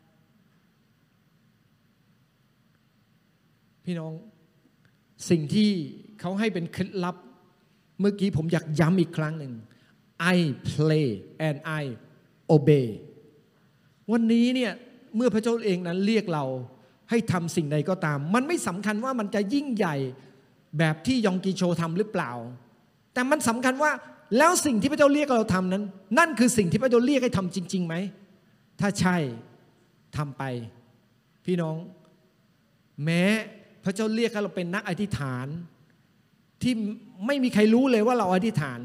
พี่น้องสิ่งที่เขาให้เป็นเคล็ดลับเมื่อกี้ผมอยากย้ำอีกครั้งหนึ่ง I play and I obey วันนี้เนี่ยเมื่อพระเจ้าเองนั้นเรียกเราให้ทำสิ่งใดก็ตามมันไม่สำคัญว่ามันจะยิ่งใหญ่แบบที่ยองกีโชทำหรือเปล่าแต่มันสำคัญว่าแล้วสิ่งที่พระเจ้าเรียกเราทำนั้นนั่นคือสิ่งที่พระเจ้าเรียกให้ทำจริงๆไหมถ้าใช่ทำไปพี่น้องแม้พระเจ้าเรียกให้เราเป็นนักอธิษฐานที่ไม่มีใครรู้เลยว่าเราอธิษฐาน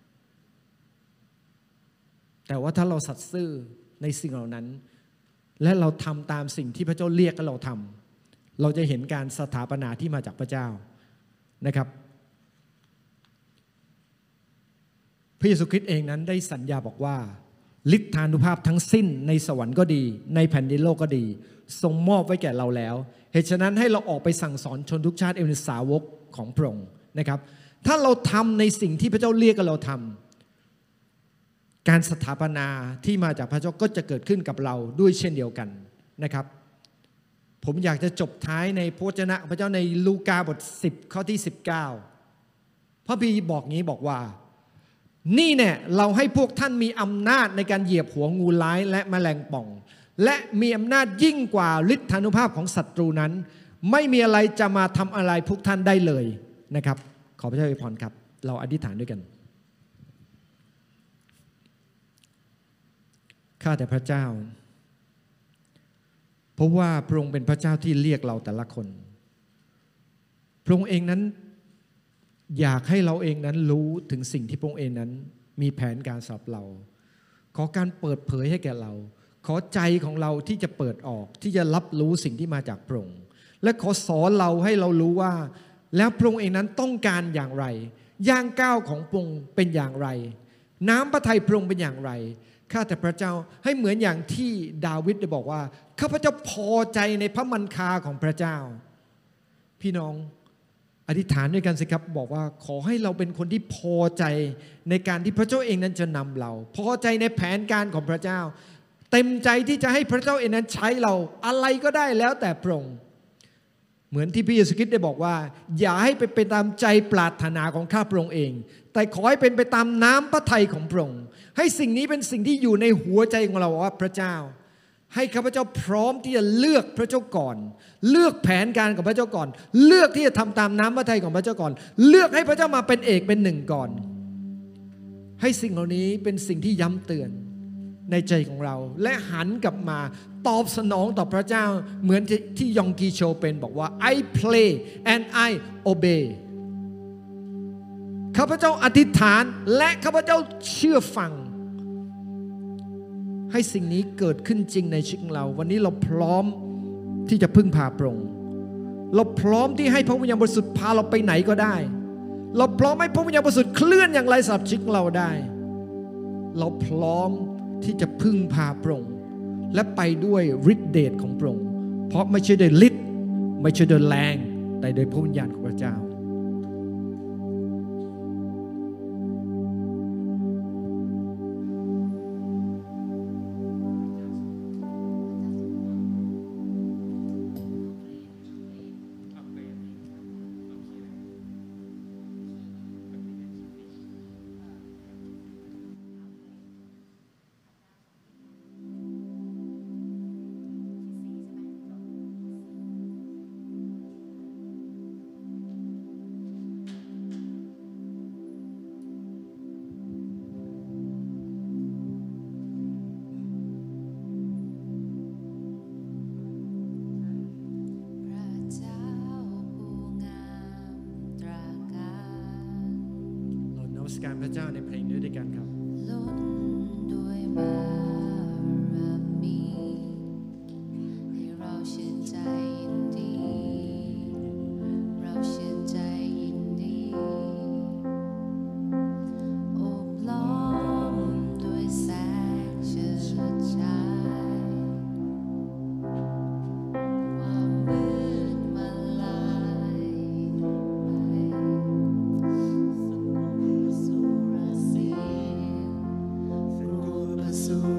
แต่ว่าถ้าเราสัตย์ซื่อในสิ่งเหล่านั้นและเราทำตามสิ่งที่พระเจ้าเรียกให้เราทำเราจะเห็นการสถาปนาที่มาจากพระเจ้านะครับพระเยซูคริสต์เองนั้นได้สัญญาบอกว่าฤทธานุภาพทั้งสิ้นในสวรรค์ก็ดีในแผ่นดินโลกก็ดีทรงมอบไว้แก่เราแล้วเหตุฉะนั้นให้เราออกไปสั่งสอนชนทุกชาติเป็นสาวกของพระองค์นะครับถ้าเราทำในสิ่งที่พระเจ้าเรียกเราทำการสถาปนาที่มาจากพระเจ้าก็จะเกิดขึ้นกับเราด้วยเช่นเดียวกันนะครับผมอยากจะจบท้ายในพระวจนะพระเจ้าในลูกาบท10ข้อที่19พระบีบอกงี้บอกว่านี่เนี่ยเราให้พวกท่านมีอำนาจในการเหยียบหัวงูร้ายและแมลงป่องและมีอำนาจยิ่งกว่าฤทธานุภาพของศัตรูนั้นไม่มีอะไรจะมาทำอะไรพวกท่านได้เลยนะครับขอพระเจ้าอวยพรครับเราอธิษฐานด้วยกันข้าแต่พระเจ้าเพราะว่าพระองค์เป็นพระเจ้าที่เรียกเราแต่ละคนพระองค์เองนั้นอยากให้เราเองนั้นรู้ถึงสิ่งที่พระองค์เองนั้นมีแผนการสำหรับเราขอการเปิดเผยให้แก่เราขอใจของเราที่จะเปิดออกที่จะรับรู้สิ่งที่มาจากพระองค์และขอสอนเราให้เรารู้ว่าแล้วพระองค์เองนั้นต้องการอย่างไรย่างก้าวของพระองค์เป็นอย่างไรน้ำพระทัยพระองค์เป็นอย่างไรข้าแต่พระเจ้าให้เหมือนอย่างที่ดาวิดได้บอกว่าข้าพเจ้าพอใจในพระมันคาของพระเจ้าพี่น้องอธิษฐานด้วยกันสิครับบอกว่าขอให้เราเป็นคนที่พอใจในการที่พระเจ้าเองนั้นจะนำเราพอใจในแผนการของพระเจ้าเต็มใจที่จะให้พระเจ้าเองนั้นใช้เราอะไรก็ได้แล้วแต่พระองค์เหมือนที่พระเยซูคริสต์ได้บอกว่าอย่าให้เป็นตามใจปรารถนาของข้าพระองค์เองแต่ขอให้เป็นไปตามน้ำพระทัยของพระองค์ให้สิ่งนี้เป็นสิ่งที่อยู่ในหัวใจของเราว่าพระเจ้าให้ข้าพเจ้าพร้อมที่จะเลือกพระเจ้าก่อนเลือกแผนการของพระเจ้าก่อนเลือกที่จะทำตามน้ำพระทัยของพระเจ้าก่อนเลือกให้พระเจ้ามาเป็นเอกเป็นหนึ่งก่อนให้สิ่งเหล่านี้เป็นสิ่งที่ย้ำเตือนในใจของเราและหันกลับมาตอบสนองต่อพระเจ้าเหมือนที่ยองกีโชเป็นบอกว่า I play and I obey ข้าพเจ้าอธิษฐานและข้าพเจ้าเชื่อฟังให้สิ่งนี้เกิดขึ้นจริงในชีวิตของเราวันนี้เราพร้อมที่จะพึ่งพาพระองค์เราพร้อมที่ให้พระวิญญาณบริสุทธิ์พาเราไปไหนก็ได้เราพร้อมให้พระวิญญาณบริสุทธิ์เคลื่อนอย่างไรสำหรับชีวิตของเราได้เราพร้อมที่จะพึ่งพาพระองค์และไปด้วยฤทธิเดชของพระองค์เพราะไม่ใช่โดยฤทธิ์ไม่ใช่โดยแรงแต่โดยพระวิญญาณของพระเจ้าการพระเจ้าในเพลงนี้ด้วยกันครับล้นด้วยบารมีให้เราชื่นใจยินดีเราชื่นใจยินดีโอบล้อมด้วยแสงเฉิดฉายความมืดมาลายสู่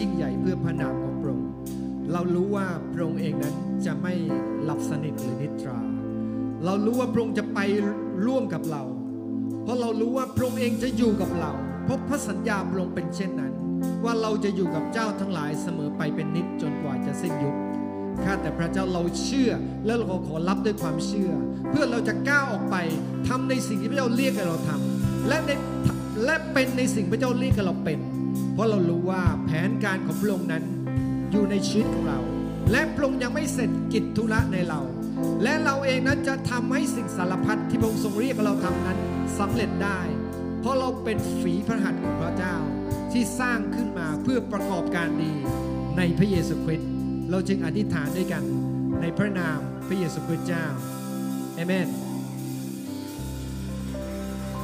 ยิ่งใหญ่เพื่อพระนามของพระองค์เรารู้ว่าพระองค์เองนั้นจะไม่หลับสนิทหรือนิทราเรารู้ว่าพระองค์จะไปร่วมกับเราเพราะเรารู้ว่าพระองค์เองจะอยู่กับเราเพราะพระสัญญาพระองค์เป็นเช่นนั้นว่าเราจะอยู่กับเจ้าทั้งหลายเสมอไปเป็นนิจจนกว่าจะสิ้นยุคข้าแต่พระเจ้าเราเชื่อและเราขอรับด้วยความเชื่อเพื่อเราจะก้าวออกไปทำในสิ่งที่พระเจ้าเรียกให้เราทำและเป็นในสิ่งพระเจ้าเรียกให้เราเป็นเพราะเรารู้ว่าแผนการของพระองค์นั้นอยู่ในชีวิตของเราและพระองค์ยังไม่เสร็จกิจธุระในเราและเราเองนั้นจะทำให้สิ่งสารพัดที่พระองค์ทรงเรียกเราทำนั้นสำเร็จได้เพราะเราเป็นฝีพระหัตถ์ของพระเจ้าที่สร้างขึ้นมาเพื่อประกอบการดีในพระเยซูคริสต์เราจึงอธิษฐานด้วยกันในพระนามพระเยซูคริสต์เจ้าอาเมน